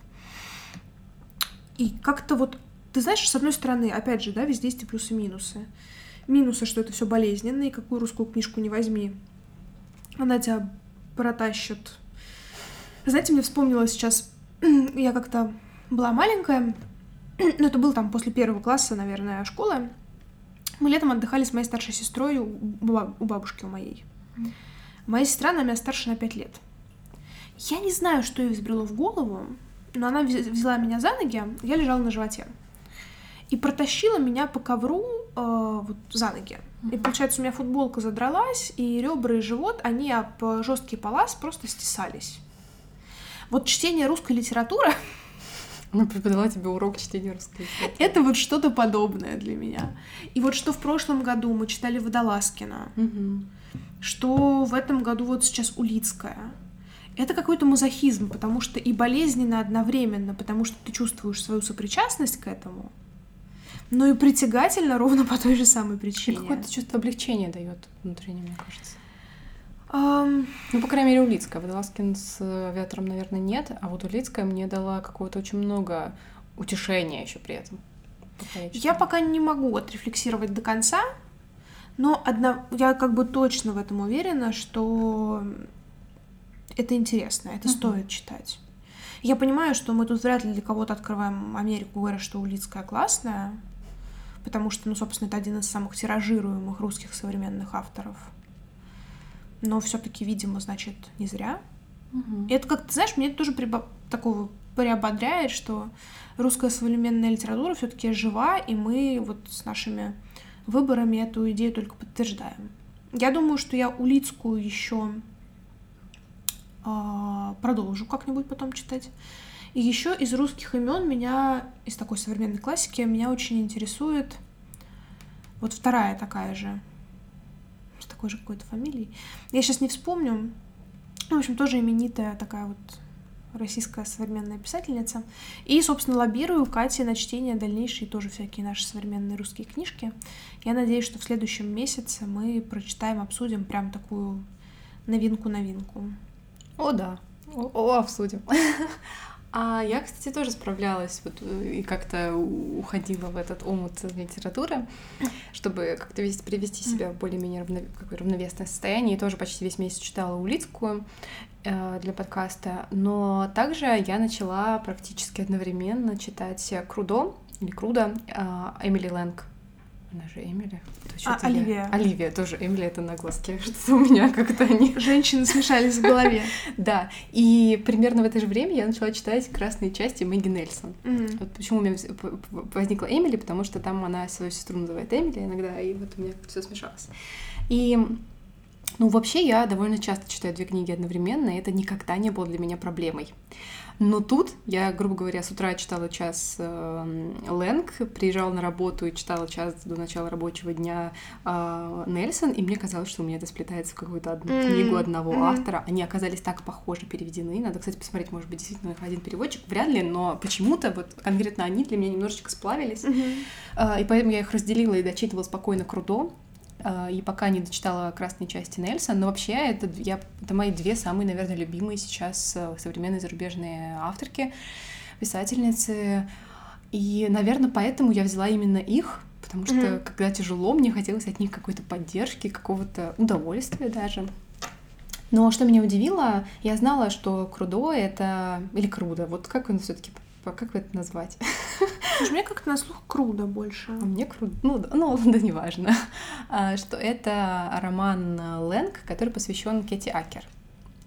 Speaker 1: И как-то вот, ты знаешь, с одной стороны, опять же, да, везде есть и плюсы и минусы. Минусы, что это все болезненно, и какую русскую книжку не возьми, она тебя протащит. Знаете, мне вспомнилось сейчас, я как-то была маленькая, ну, это было там после первого класса, наверное, школы. Мы летом отдыхали с моей старшей сестрой у бабушки у моей. Моя сестра на меня старше на пять лет. Я не знаю, что ей взбрело в голову, но она взяла меня за ноги, я лежала на животе. И протащила меня по ковру э, вот за ноги. И, получается, у меня футболка задралась, и ребра и живот, они об жесткий палас просто стесались. Вот чтение русской литературы...
Speaker 2: Она преподала тебе урок чтения русской литературы.
Speaker 1: Это вот что-то подобное для меня. И вот что в прошлом году мы читали Водолазкина,
Speaker 2: угу.
Speaker 1: что в этом году вот сейчас Улицкая. Это какой-то мазохизм, потому что и болезненно одновременно, потому что ты чувствуешь свою сопричастность к этому, но и притягательно ровно по той же самой причине.
Speaker 2: И какое-то чувство облегчения дает внутренне, мне кажется.
Speaker 1: Um...
Speaker 2: Ну, по крайней мере, Улицкая. Водолазкин с Авиатором, наверное, нет, а вот Улицкая мне дала какого-то очень много утешения еще при этом.
Speaker 1: Пока я, я пока не могу отрефлексировать до конца, но одна... я как бы точно в этом уверена, что это интересно, это uh-huh. стоит читать. Я понимаю, что мы тут вряд ли для кого-то открываем Америку, говоря, что Улицкая классная, потому что, ну, собственно, это один из самых тиражируемых русских современных авторов. Но все-таки, видимо, значит, не зря.
Speaker 2: Угу.
Speaker 1: И это как-то, знаешь, мне это тоже прибо... такого приободряет, что русская современная литература все-таки жива, и мы вот с нашими выборами эту идею только подтверждаем. Я думаю, что я Улицкую еще э, продолжу как-нибудь потом читать. И еще из русских имен меня, из такой современной классики, меня очень интересует вот вторая такая же, с такой же какой-то фамилией. Я сейчас не вспомню. В общем, тоже именитая такая вот российская современная писательница. И, собственно, лоббирую Кате на чтение дальнейшие тоже всякие наши современные русские книжки. Я надеюсь, что в следующем месяце мы прочитаем, обсудим прям такую новинку-новинку.
Speaker 2: О, да. О, о обсудим. А я, кстати, тоже справлялась вот, и как-то уходила в этот омут литературы, чтобы как-то привести себя в более-менее равно, равновесное состояние. И тоже почти весь месяц читала Улицкую э, для подкаста. Но также я начала практически одновременно читать Крудо, или Круда, э, Эмили Лэнг. Она же Эмили.
Speaker 1: А, Оливия.
Speaker 2: Я... Оливия, тоже Эмили, это на глазке. Что-то у меня как-то они...
Speaker 1: Женщины смешались в голове.
Speaker 2: Да, и примерно в это же время я начала читать «Красные части» Мэгги Нельсон.
Speaker 1: Mm-hmm.
Speaker 2: Вот почему у меня возникла Эмили, потому что там она свою сестру называет Эмили иногда, и вот у меня все смешалось. И, ну, вообще я довольно часто читаю две книги одновременно, и это никогда не было для меня проблемой. Но тут я, грубо говоря, с утра читала час э, Лэнг, приезжала на работу и читала час до начала рабочего дня э, Нельсон, и мне казалось, что у меня это сплетается в какую-то одну mm-hmm. книгу одного mm-hmm. автора. Они оказались так похоже переведены. Надо, кстати, посмотреть, может быть, действительно один переводчик. Вряд ли, но почему-то вот конкретно они для меня немножечко сплавились. Mm-hmm. Э, и поэтому я их разделила и дочитывала спокойно Крудо. И пока не дочитала «Красные части» Нельсон, но вообще это, я, это мои две самые, наверное, любимые сейчас современные зарубежные авторки, писательницы. И, наверное, поэтому я взяла именно их, потому что, mm-hmm. когда тяжело, мне хотелось от них какой-то поддержки, какого-то удовольствия даже. Но что меня удивило, я знала, что Крудо — это... Или Крудо, вот как он все-таки... Как это назвать?
Speaker 1: Слушай, мне как-то на слух Крудо больше.
Speaker 2: А мне Крудо, ну, да, ну да, неважно. А, что это роман Лэнг, который посвящен Кэти Акер.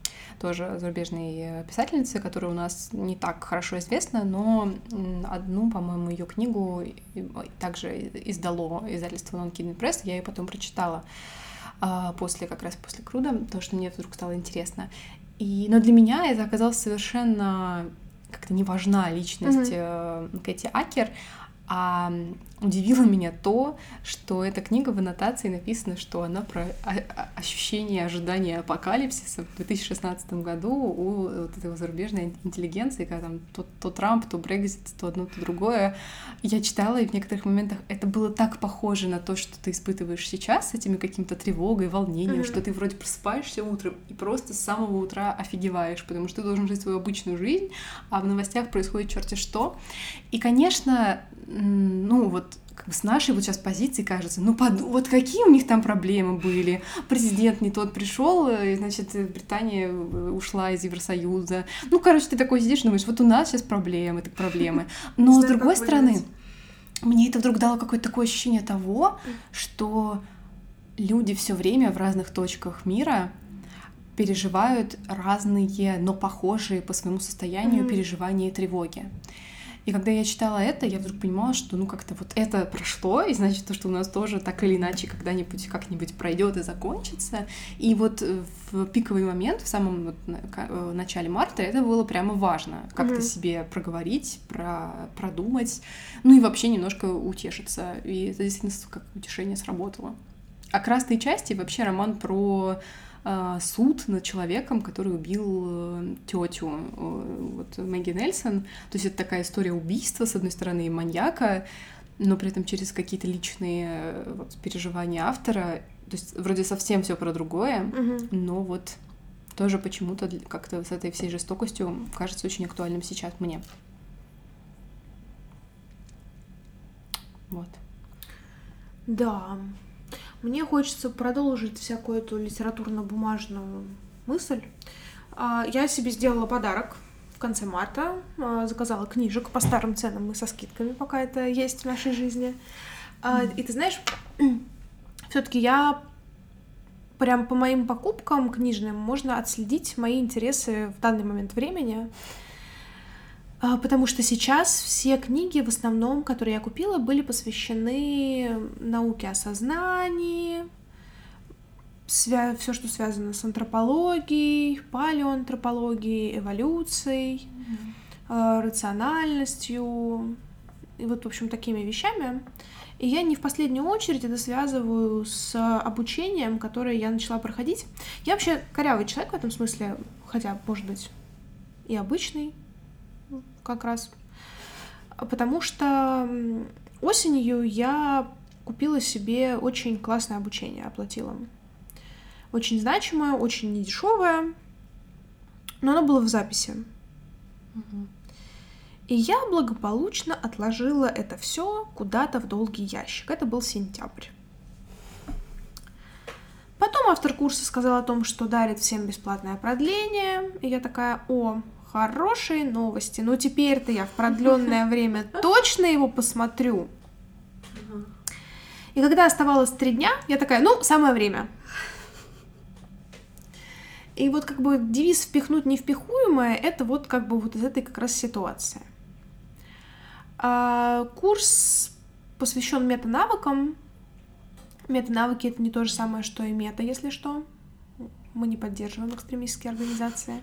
Speaker 2: тоже зарубежной писательницы, которая у нас не так хорошо известна, но одну, по-моему, ее книгу также издало издательство Non Kidding Press, я ее потом прочитала после, как раз после Круда, потому что мне вдруг стало интересно. И, но для меня это оказалось совершенно как-то не важна личность mm-hmm. Кэти Акер, а удивило меня то, что эта книга в аннотации написана, что она про ощущение ожидания апокалипсиса в две тысячи шестнадцатом году у вот этой зарубежной интеллигенции, когда там то, то Трамп, то Брексит, то одно, то другое. Я читала, и в некоторых моментах это было так похоже на то, что ты испытываешь сейчас с этими каким-то тревогой, волнением, mm-hmm. что ты вроде просыпаешься утром и просто с самого утра офигеваешь, потому что ты должен жить свою обычную жизнь, а в новостях происходит черти что. И, конечно, ну вот как бы с нашей вот сейчас позиции кажется, ну под... вот какие у них там проблемы были, президент не тот пришел, и, значит, Британия ушла из Евросоюза, ну, короче, ты такой сидишь и думаешь, вот у нас сейчас проблемы, так проблемы, но с другой стороны, мне это вдруг дало какое-то такое ощущение того, что люди все время в разных точках мира переживают разные, но похожие по своему состоянию mm-hmm. переживания и тревоги. И когда я читала это, я вдруг понимала, что ну как-то вот это прошло, и значит, то, что у нас тоже так или иначе когда-нибудь как-нибудь пройдет и закончится. И вот в пиковый момент, в самом вот начале марта, это было прямо важно. Как-то mm-hmm. себе проговорить, про, продумать, ну и вообще немножко утешиться. И это действительно как утешение сработало. А «Красные части» вообще роман про суд над человеком, который убил тетю вот, Мэгги Нельсон. То есть это такая история убийства, с одной стороны, и маньяка, но при этом через какие-то личные вот, переживания автора. То есть вроде совсем все про другое, mm-hmm. но вот тоже почему-то как-то с этой всей жестокостью кажется очень актуальным сейчас мне. Вот.
Speaker 1: Да. Мне хочется продолжить всякую эту литературно-бумажную мысль. Я себе сделала подарок в конце марта, заказала книжек по старым ценам и со скидками, пока это есть в нашей жизни. Mm. И ты знаешь, все-таки я прям по моим покупкам книжным можно отследить мои интересы в данный момент времени. Потому что сейчас все книги, в основном, которые я купила, были посвящены науке о сознании, свя- все, что связано с антропологией, палеоантропологией, эволюцией, mm-hmm. рациональностью, и вот, в общем, такими вещами. И я не в последнюю очередь это связываю с обучением, которое я начала проходить. Я вообще корявый человек в этом смысле, хотя, может быть, и обычный, как раз, потому что осенью я купила себе очень классное обучение, оплатила. Очень значимое, очень недешевое, но оно было в записи. Угу. И я благополучно отложила это все куда-то в долгий ящик. Это был сентябрь. Потом автор курса сказал о том, что дарит всем бесплатное продление, и я такая: о, хорошие новости. Ну, теперь-то я в продленное время точно его посмотрю. И когда оставалось три дня, я такая: ну, самое время. И вот как бы девиз «впихнуть невпихуемое» — это вот как бы вот из этой как раз ситуации. А курс посвящен метанавыкам. Метанавыки — это не то же самое, что и мета, если что. Мы не поддерживаем экстремистские организации.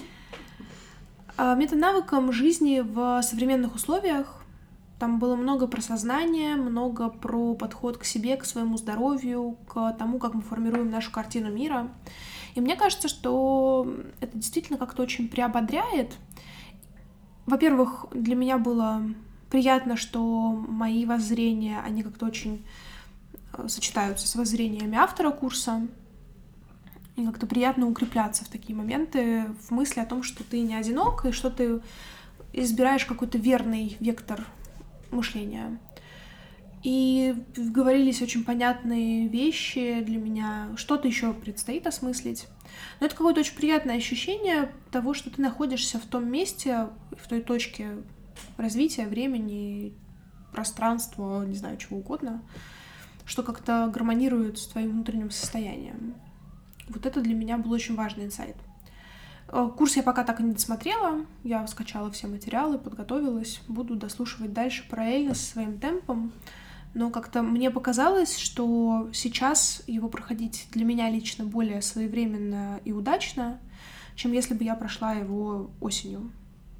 Speaker 1: Метанавыкам жизни в современных условиях. Там было много про сознание, много про подход к себе, к своему здоровью, к тому, как мы формируем нашу картину мира. И мне кажется, что это действительно как-то очень приободряет. Во-первых, для меня было приятно, что мои воззрения, они как-то очень сочетаются с воззрениями автора курса. И как-то приятно укрепляться в такие моменты, в мысли о том, что ты не одинок, и что ты избираешь какой-то верный вектор мышления. И говорились очень понятные вещи для меня, что-то еще предстоит осмыслить. Но это какое-то очень приятное ощущение того, что ты находишься в том месте, в той точке развития, времени, пространства, не знаю, чего угодно, что как-то гармонирует с твоим внутренним состоянием. Вот это для меня был очень важный инсайт. Курс я пока так и не досмотрела, я скачала все материалы, подготовилась, буду дослушивать дальше параллельно со своим темпом, но как-то мне показалось, что сейчас его проходить для меня лично более своевременно и удачно, чем если бы я прошла его осенью.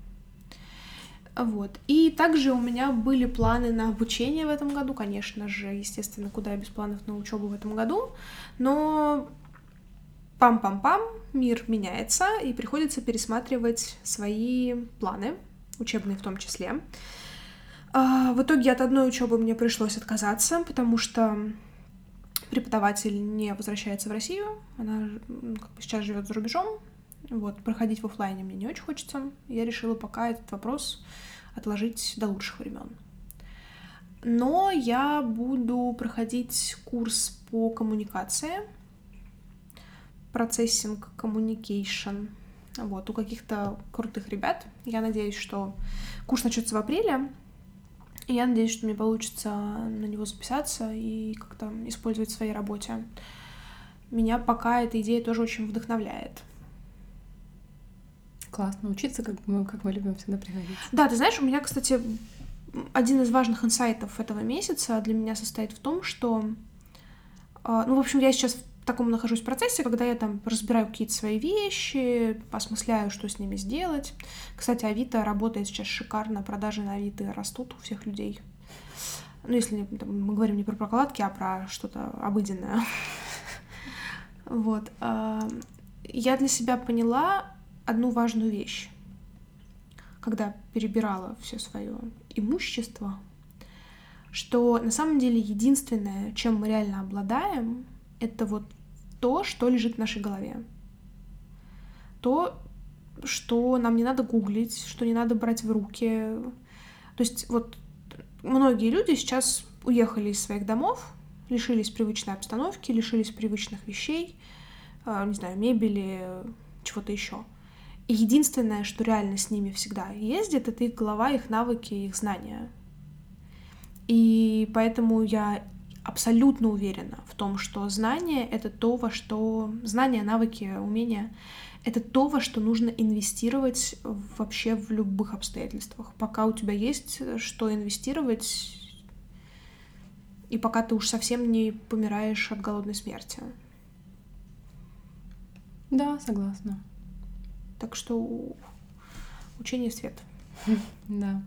Speaker 1: Вот. И также у меня были планы на обучение в этом году, конечно же, естественно, куда я без планов на учебу в этом году, но пам-пам-пам, мир меняется, и приходится пересматривать свои планы, учебные в том числе. В итоге от одной учебы мне пришлось отказаться, потому что преподаватель не возвращается в Россию, она как бы сейчас живет за рубежом, вот, проходить в офлайне мне не очень хочется, я решила пока этот вопрос отложить до лучших времен. Но я буду проходить курс по коммуникации, процессинг communication, вот, у каких-то крутых ребят. Я надеюсь, что курс начнется в апреле, и я надеюсь, что мне получится на него записаться и как-то использовать в своей работе. Меня пока эта идея тоже очень вдохновляет.
Speaker 2: Классно учиться, как мы, как мы любим всегда приходить.
Speaker 1: Да, ты знаешь, у меня, кстати, один из важных инсайтов этого месяца для меня состоит в том, что, ну, в общем, я сейчас в таком нахожусь в процессе, когда я там разбираю какие-то свои вещи, осмысляю, что с ними сделать. Кстати, Авито работает сейчас шикарно, продажи на Авито растут у всех людей. Ну, если там, мы говорим не про прокладки, а про что-то обыденное. Вот. Я для себя поняла одну важную вещь, когда перебирала все свое имущество, что на самом деле единственное, чем мы реально обладаем, это вот то, что лежит в нашей голове. То, что нам не надо гуглить, что не надо брать в руки. То есть вот многие люди сейчас уехали из своих домов, лишились привычной обстановки, лишились привычных вещей, не знаю, мебели, чего-то еще. И единственное, что реально с ними всегда ездит, это их голова, их навыки, их знания. И поэтому я абсолютно уверена в том, что знания — это то, во что... Знания, навыки, умения — это то, во что нужно инвестировать вообще в любых обстоятельствах. Пока у тебя есть что инвестировать, и пока ты уж совсем не помираешь от голодной смерти.
Speaker 2: Да, согласна.
Speaker 1: Так что учение — свет.
Speaker 2: Да.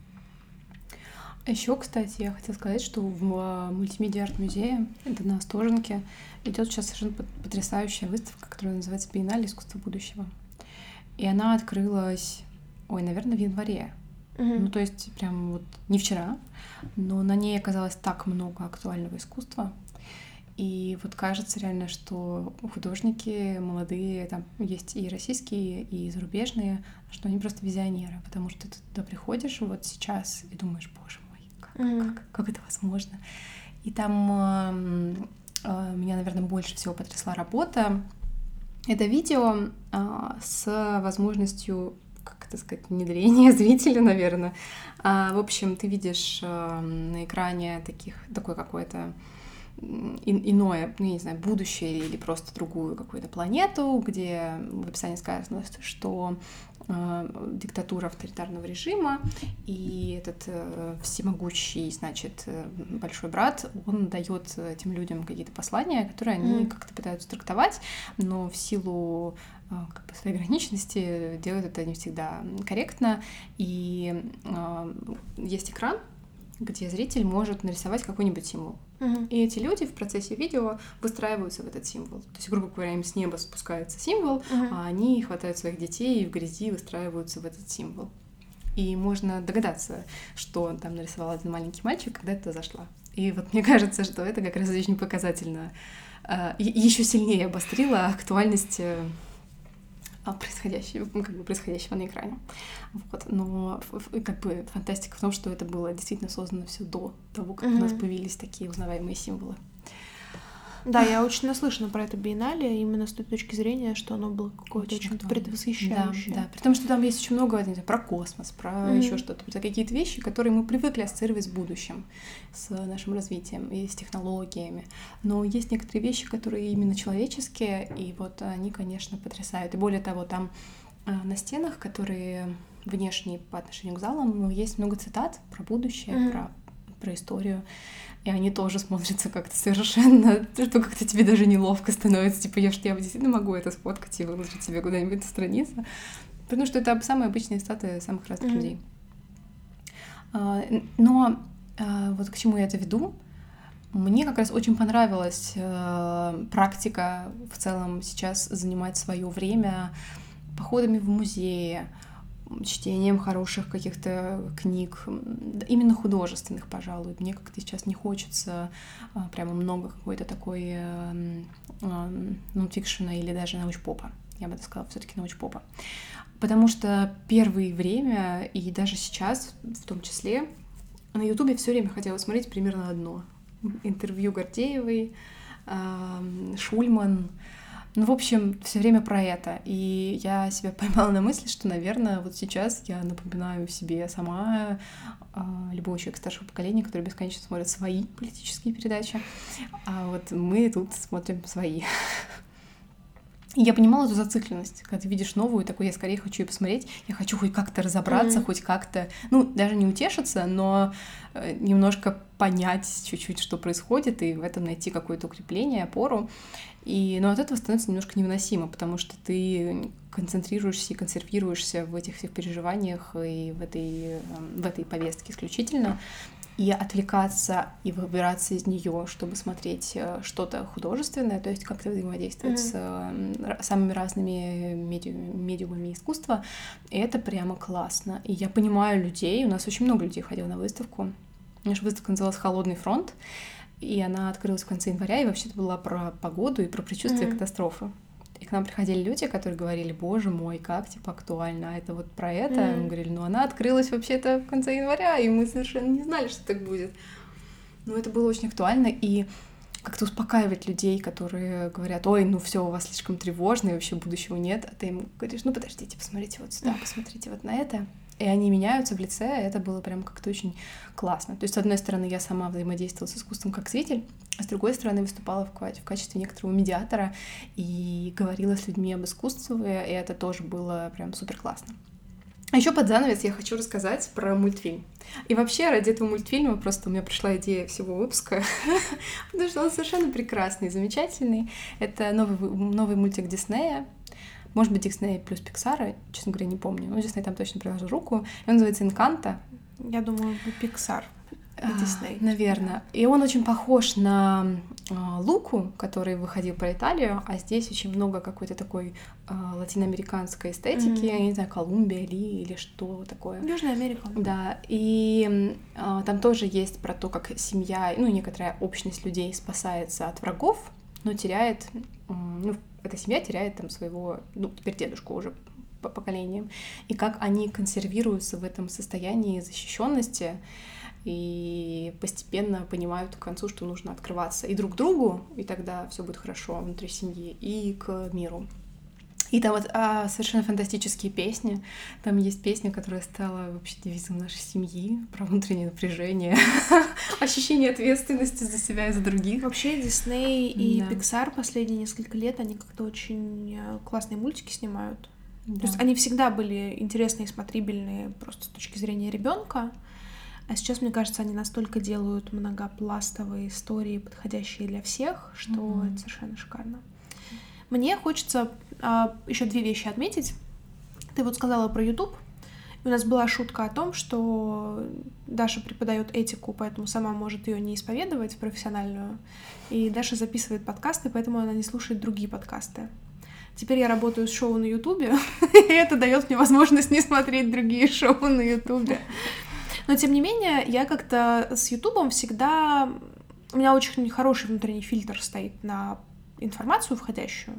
Speaker 2: Еще, кстати, я хотела сказать, что в мультимедиа арт-музее, это на Остоженке, идет сейчас совершенно потрясающая выставка, которая называется «Биеннале искусства будущего». И она открылась, ой, наверное, в январе. Mm-hmm. Ну, то есть прям вот не вчера, но на ней оказалось так много актуального искусства. И вот кажется реально, что художники молодые, там есть и российские, и зарубежные, что они просто визионеры, потому что ты туда приходишь вот сейчас и думаешь, боже мой, как, mm-hmm. как, как это возможно? И там э, э, меня, наверное, больше всего потрясла работа. Это видео э, с возможностью, как это сказать, внедрения зрителя, наверное. А, в общем, ты видишь э, на экране таких, такой какой-то иное, ну, я не знаю, будущее или просто другую какую-то планету, где в описании сказано, что э, диктатура авторитарного режима, и этот э, всемогущий, значит, э, большой брат, он дает этим людям какие-то послания, которые они mm. как-то пытаются трактовать, но в силу э, как бы своей ограниченности делают это не всегда корректно, и э, есть экран, где зритель может нарисовать какой-нибудь символ. Uh-huh. И эти люди в процессе видео выстраиваются в этот символ. То есть, грубо говоря, им с неба спускается символ, uh-huh. а они хватают своих детей и в грязи выстраиваются в этот символ. И можно догадаться, что там нарисовал один маленький мальчик, когда это зашла. И вот мне кажется, что это как раз очень показательно. Еще сильнее обострило актуальность происходящего, как бы происходящего на экране. Вот. Но как бы фантастика в том, что это было действительно создано все до того, как uh-huh. у нас появились такие узнаваемые символы.
Speaker 1: Да, я очень наслышана про это биеннале, именно с той точки зрения, что оно было какое-то очень, очень предвосхищающее.
Speaker 2: Да, да, потому что там есть очень много не знаю, про космос, про mm-hmm. еще что-то, про какие-то вещи, которые мы привыкли ассоциировать с будущим, с нашим развитием и с технологиями. Но есть некоторые вещи, которые именно человеческие, и вот они, конечно, потрясают. И более того, там на стенах, которые внешние по отношению к залам, есть много цитат про будущее, mm-hmm. про, про историю. И они тоже смотрятся как-то совершенно, что как-то тебе даже неловко становится. Типа, я что, я действительно могу это сфоткать и выложить себе куда-нибудь на страницу. Потому что это самые обычные статы самых разных mm-hmm. людей. Но вот к чему я это веду? Мне как раз очень понравилась практика в целом сейчас занимать свое время походами в музеи, чтением хороших каких-то книг, именно художественных, пожалуй. Мне как-то сейчас не хочется а, прямо много какой-то такой а, нонфикшена или даже научпопа. Я бы так сказала, все-таки научпопа. Потому что первое время, и даже сейчас в том числе, на Ютубе все время хотела смотреть примерно одно. Интервью Гордеевой, а, Шульман. Ну, в общем, все время про это. И я себя поймала на мысли, что, наверное, вот сейчас я напоминаю себе сама э, любого человека старшего поколения, который бесконечно смотрит свои политические передачи, а вот мы тут смотрим свои. И я понимала эту зацикленность, когда ты видишь новую, такой, я скорее хочу ее посмотреть, я хочу хоть как-то разобраться, mm-hmm. хоть как-то, ну, даже не утешиться, но э, немножко понять чуть-чуть, что происходит, и в этом найти какое-то укрепление, опору. И, но от этого становится немножко невыносимо, потому что ты концентрируешься и консервируешься в этих всех переживаниях и в этой, в этой повестке исключительно. И отвлекаться и выбираться из нее, чтобы смотреть что-то художественное, то есть как-то взаимодействовать mm-hmm. с самыми разными меди- медиумами искусства, и это прямо классно. И я понимаю людей, у нас очень много людей ходило на выставку. Наша выставка называлась «Холодный фронт», и она открылась в конце января, и вообще-то была про погоду и про предчувствие mm-hmm. катастрофы. И к нам приходили люди, которые говорили: боже мой, как, типа, актуально, а это вот про это. Mm-hmm. Мы говорили: ну, она открылась вообще-то в конце января, и мы совершенно не знали, что так будет. Но это было очень актуально, и как-то успокаивать людей, которые говорят: ой, ну все, у вас слишком тревожно, и вообще будущего нет. А ты им говоришь: ну, подождите, посмотрите вот сюда, посмотрите вот на это. И они меняются в лице, и это было прям как-то очень классно. То есть, с одной стороны, я сама взаимодействовала с искусством как зритель, а с другой стороны, выступала в качестве некоторого медиатора и говорила с людьми об искусстве, и это тоже было прям супер классно. А еще под занавес я хочу рассказать про мультфильм. И вообще, ради этого мультфильма просто у меня пришла идея всего выпуска, потому что он совершенно прекрасный, замечательный. Это новый, новый мультик Диснея. Может быть, Дисней плюс Пиксара, честно говоря, не помню. Но Дисней там точно приложил руку. И он называется «Энканто».
Speaker 1: Я думаю, Пиксар. Дисней.
Speaker 2: А, наверное. И он очень похож на а, Луку, который выходил про Италию, а здесь очень много какой-то такой а, латиноамериканской эстетики, mm-hmm. я не знаю, Колумбия ли или что такое.
Speaker 1: Южная Америка.
Speaker 2: Да, и а, там тоже есть про то, как семья, ну, некоторая общность людей спасается от врагов, но теряет, ну, эта семья теряет там своего, ну, теперь дедушку уже по поколениям, и как они консервируются в этом состоянии защищенности и постепенно понимают к концу, что нужно открываться и друг другу, и тогда все будет хорошо внутри семьи, и к миру. И там вот а, совершенно фантастические песни. Там есть песня, которая стала вообще девизом нашей семьи, про внутреннее напряжение, ощущение ответственности за себя и за других.
Speaker 1: Вообще Дисней и Pixar последние несколько лет, они как-то очень классные мультики снимают. Да. То есть они всегда были интересные и смотрибельные просто с точки зрения ребенка. А сейчас, мне кажется, они настолько делают многопластовые истории, подходящие для всех, что mm-hmm. это совершенно шикарно. Мне хочется а, еще две вещи отметить. Ты вот сказала про YouTube. У нас была шутка о том, что Даша преподает этику, поэтому сама может ее не исповедовать профессиональную. И Даша записывает подкасты, поэтому она не слушает другие подкасты. Теперь я работаю с шоу на Ютубе, и это дает мне возможность не смотреть другие шоу на Ютубе. Но, тем не менее, я как-то с Ютубом всегда... У меня очень хороший внутренний фильтр стоит на информацию входящую.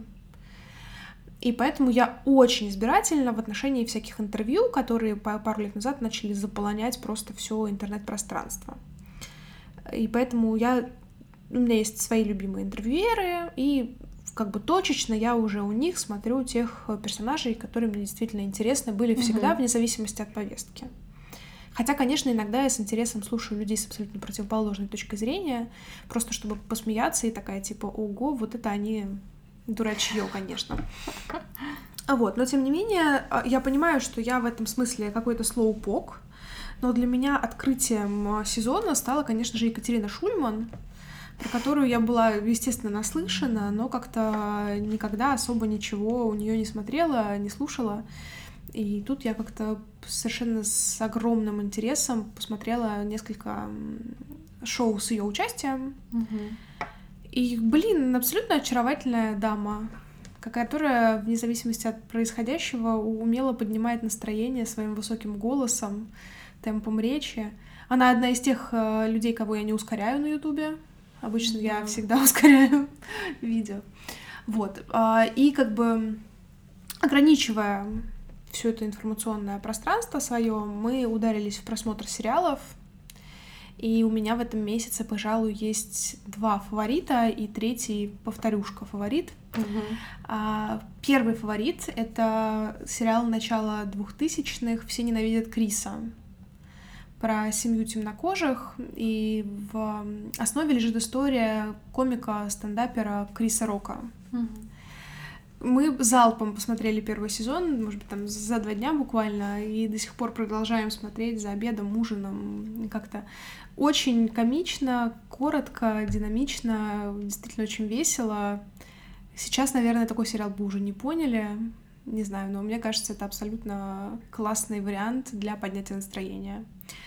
Speaker 1: И поэтому я очень избирательна в отношении всяких интервью, которые пару лет назад начали заполонять просто все интернет-пространство. И поэтому я у меня есть свои любимые интервьюеры, и как бы точечно я уже у них смотрю тех персонажей, которые мне действительно интересны были всегда, mm-hmm. вне зависимости от повестки. Хотя, конечно, иногда я с интересом слушаю людей с абсолютно противоположной точкой зрения, просто чтобы посмеяться и такая типа, ого, вот это они дурачье, конечно. Вот, но тем не менее, я понимаю, что я в этом смысле какой-то слоупок, но для меня открытием сезона стала, конечно же, Екатерина Шульман, про которую я была, естественно, наслышана, но как-то никогда особо ничего у нее не смотрела, не слушала. И тут я как-то совершенно с огромным интересом посмотрела несколько шоу с ее участием. Mm-hmm. И, блин, абсолютно очаровательная дама, которая, вне зависимости от происходящего, умело поднимает настроение своим высоким голосом, темпом речи. Она одна из тех людей, кого я не ускоряю на Ютубе. Обычно mm-hmm. я всегда ускоряю видео. Вот. И как бы ограничивая все это информационное пространство свое, мы ударились в просмотр сериалов. И у меня в этом месяце, пожалуй, есть два фаворита, и третий повторюшка фаворит. Mm-hmm. Первый фаворит — это сериал начала двухтысячных «Все ненавидят Криса», про семью темнокожих, и в основе лежит история комика-стендапера Криса Рока. Mm-hmm. Мы залпом посмотрели первый сезон, может быть, там за два дня буквально, и до сих пор продолжаем смотреть за обедом, ужином. Как-то очень комично, коротко, динамично, действительно очень весело. Сейчас, наверное, такой сериал бы уже не поняли, не знаю, но мне кажется, это абсолютно классный вариант для поднятия настроения.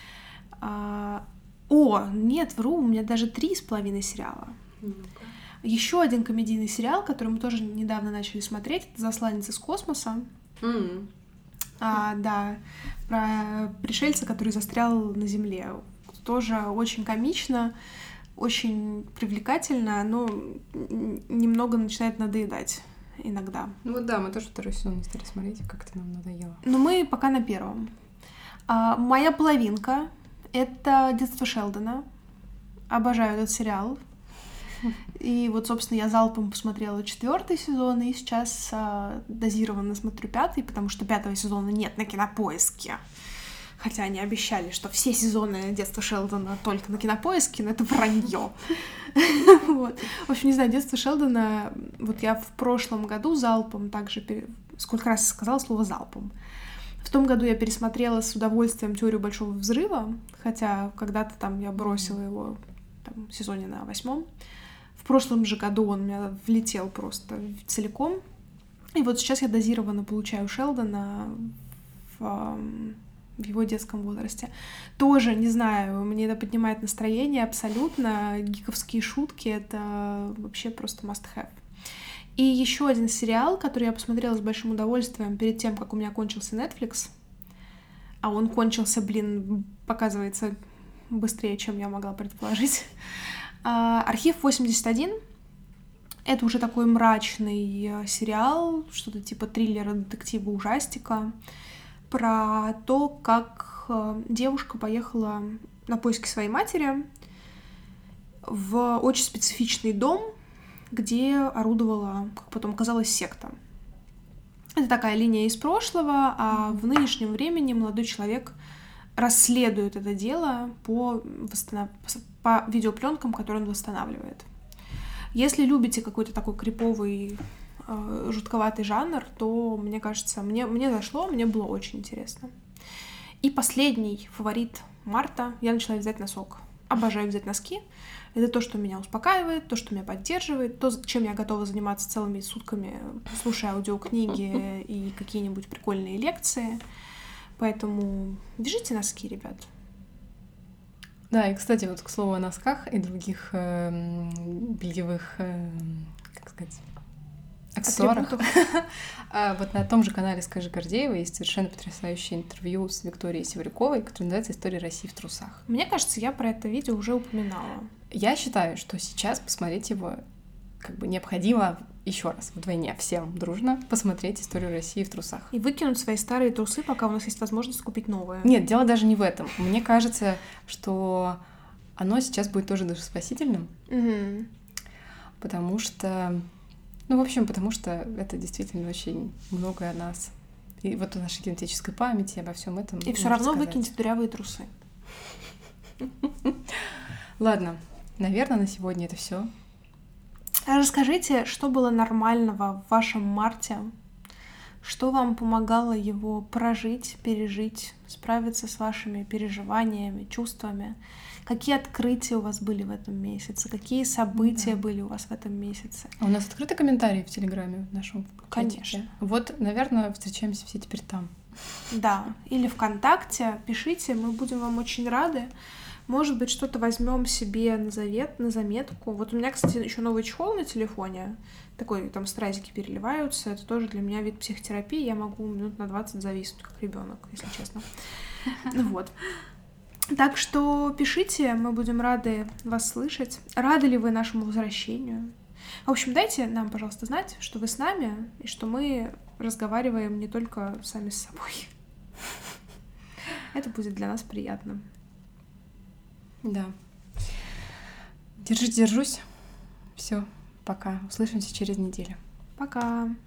Speaker 1: А... О, нет, вру, у меня даже три с половиной сериала. Mm-hmm. Еще один комедийный сериал, который мы тоже недавно начали смотреть, это «Засланец из космоса». Mm. А, да, про пришельца, который застрял на Земле. Тоже очень комично, очень привлекательно, но немного начинает надоедать иногда.
Speaker 2: Ну вот да, мы тоже второй сезон не стали смотреть, как-то нам надоело.
Speaker 1: Но мы пока на первом. А, моя половинка — это «Детство Шелдона». Обожаю этот сериал. И вот, собственно, я залпом посмотрела четвертый сезон, и сейчас а, дозированно смотрю пятый, потому что пятого сезона нет на Кинопоиске. Хотя они обещали, что все сезоны «Детства Шелдона» только на Кинопоиске, но это вранье. Вот. В общем, не знаю, «Детство Шелдона», вот я в прошлом году залпом также, сколько раз сказала слово «залпом». В том году я пересмотрела с удовольствием «Теорию большого взрыва», хотя когда-то там я бросила его там, в сезоне на восьмом. В прошлом же году он у меня влетел просто целиком. И вот сейчас я дозированно получаю Шелдона в, в его детском возрасте. Тоже, не знаю, мне это поднимает настроение абсолютно. Гиковские шутки — это вообще просто must have. И еще один сериал, который я посмотрела с большим удовольствием перед тем, как у меня кончился Netflix. А он кончился, блин, показывается, быстрее, чем я могла предположить. «Архив восемьдесят один». Это уже такой мрачный сериал, что-то типа триллера, детектива, ужастика, про то, как девушка поехала на поиски своей матери в очень специфичный дом, где орудовала, как потом казалось, секта. Это такая линия из прошлого, а в нынешнем времени молодой человек расследует это дело по, восстанов... по видеопленкам, которые он восстанавливает. Если любите какой-то такой криповый, э, жутковатый жанр, то, мне кажется, мне, мне зашло, мне было очень интересно. И последний фаворит марта — я начала вязать носок. Обожаю вязать носки. Это то, что меня успокаивает, то, что меня поддерживает, то, чем я готова заниматься целыми сутками, слушая аудиокниги и какие-нибудь прикольные лекции. Поэтому вяжите носки, ребят.
Speaker 2: Да, и, кстати, вот к слову о носках и других э, бельевых, э, как сказать, аксессуарах. Вот на том же канале «Скажи Гордеевой» есть совершенно потрясающее интервью с Викторией Севрюковой, которое называется «История России в трусах».
Speaker 1: Мне кажется, я про это видео уже упоминала.
Speaker 2: Я считаю, что сейчас посмотреть его как бы необходимо еще раз вдвойне всем дружно посмотреть «Историю России в трусах».
Speaker 1: И выкинуть свои старые трусы, пока у нас есть возможность купить новые.
Speaker 2: Нет, дело даже не в этом. Мне кажется, что оно сейчас будет тоже душеспасительным,
Speaker 1: Угу.
Speaker 2: потому что, ну, в общем, потому что это действительно очень многое о нас. И вот о нашей генетической памяти, обо всем этом.
Speaker 1: И все равно выкиньте дырявые трусы.
Speaker 2: Ладно, наверное, на сегодня это все.
Speaker 1: Расскажите, что было нормального в вашем марте? Что вам помогало его прожить, пережить, справиться с вашими переживаниями, чувствами? Какие открытия у вас были в этом месяце? Какие события да. были у вас в этом месяце?
Speaker 2: А у нас открыты комментарии в Телеграме в нашем
Speaker 1: Конечно.
Speaker 2: чатике? Вот, наверное, встречаемся все теперь там.
Speaker 1: Да, или ВКонтакте, пишите, мы будем вам очень рады. Может быть, что-то возьмем себе на завет, на заметку. Вот у меня, кстати, еще новый чехол на телефоне. Такой, там стразики переливаются. Это тоже для меня вид психотерапии. Я могу минут на двадцать зависнуть, как ребенок, если честно. Вот. Так что пишите, мы будем рады вас слышать. Рады ли вы нашему возвращению? В общем, дайте нам, пожалуйста, знать, что вы с нами, и что мы разговариваем не только сами с собой. Это будет для нас приятно.
Speaker 2: Да. Держись, держусь. Все, пока. Услышимся через неделю.
Speaker 1: Пока.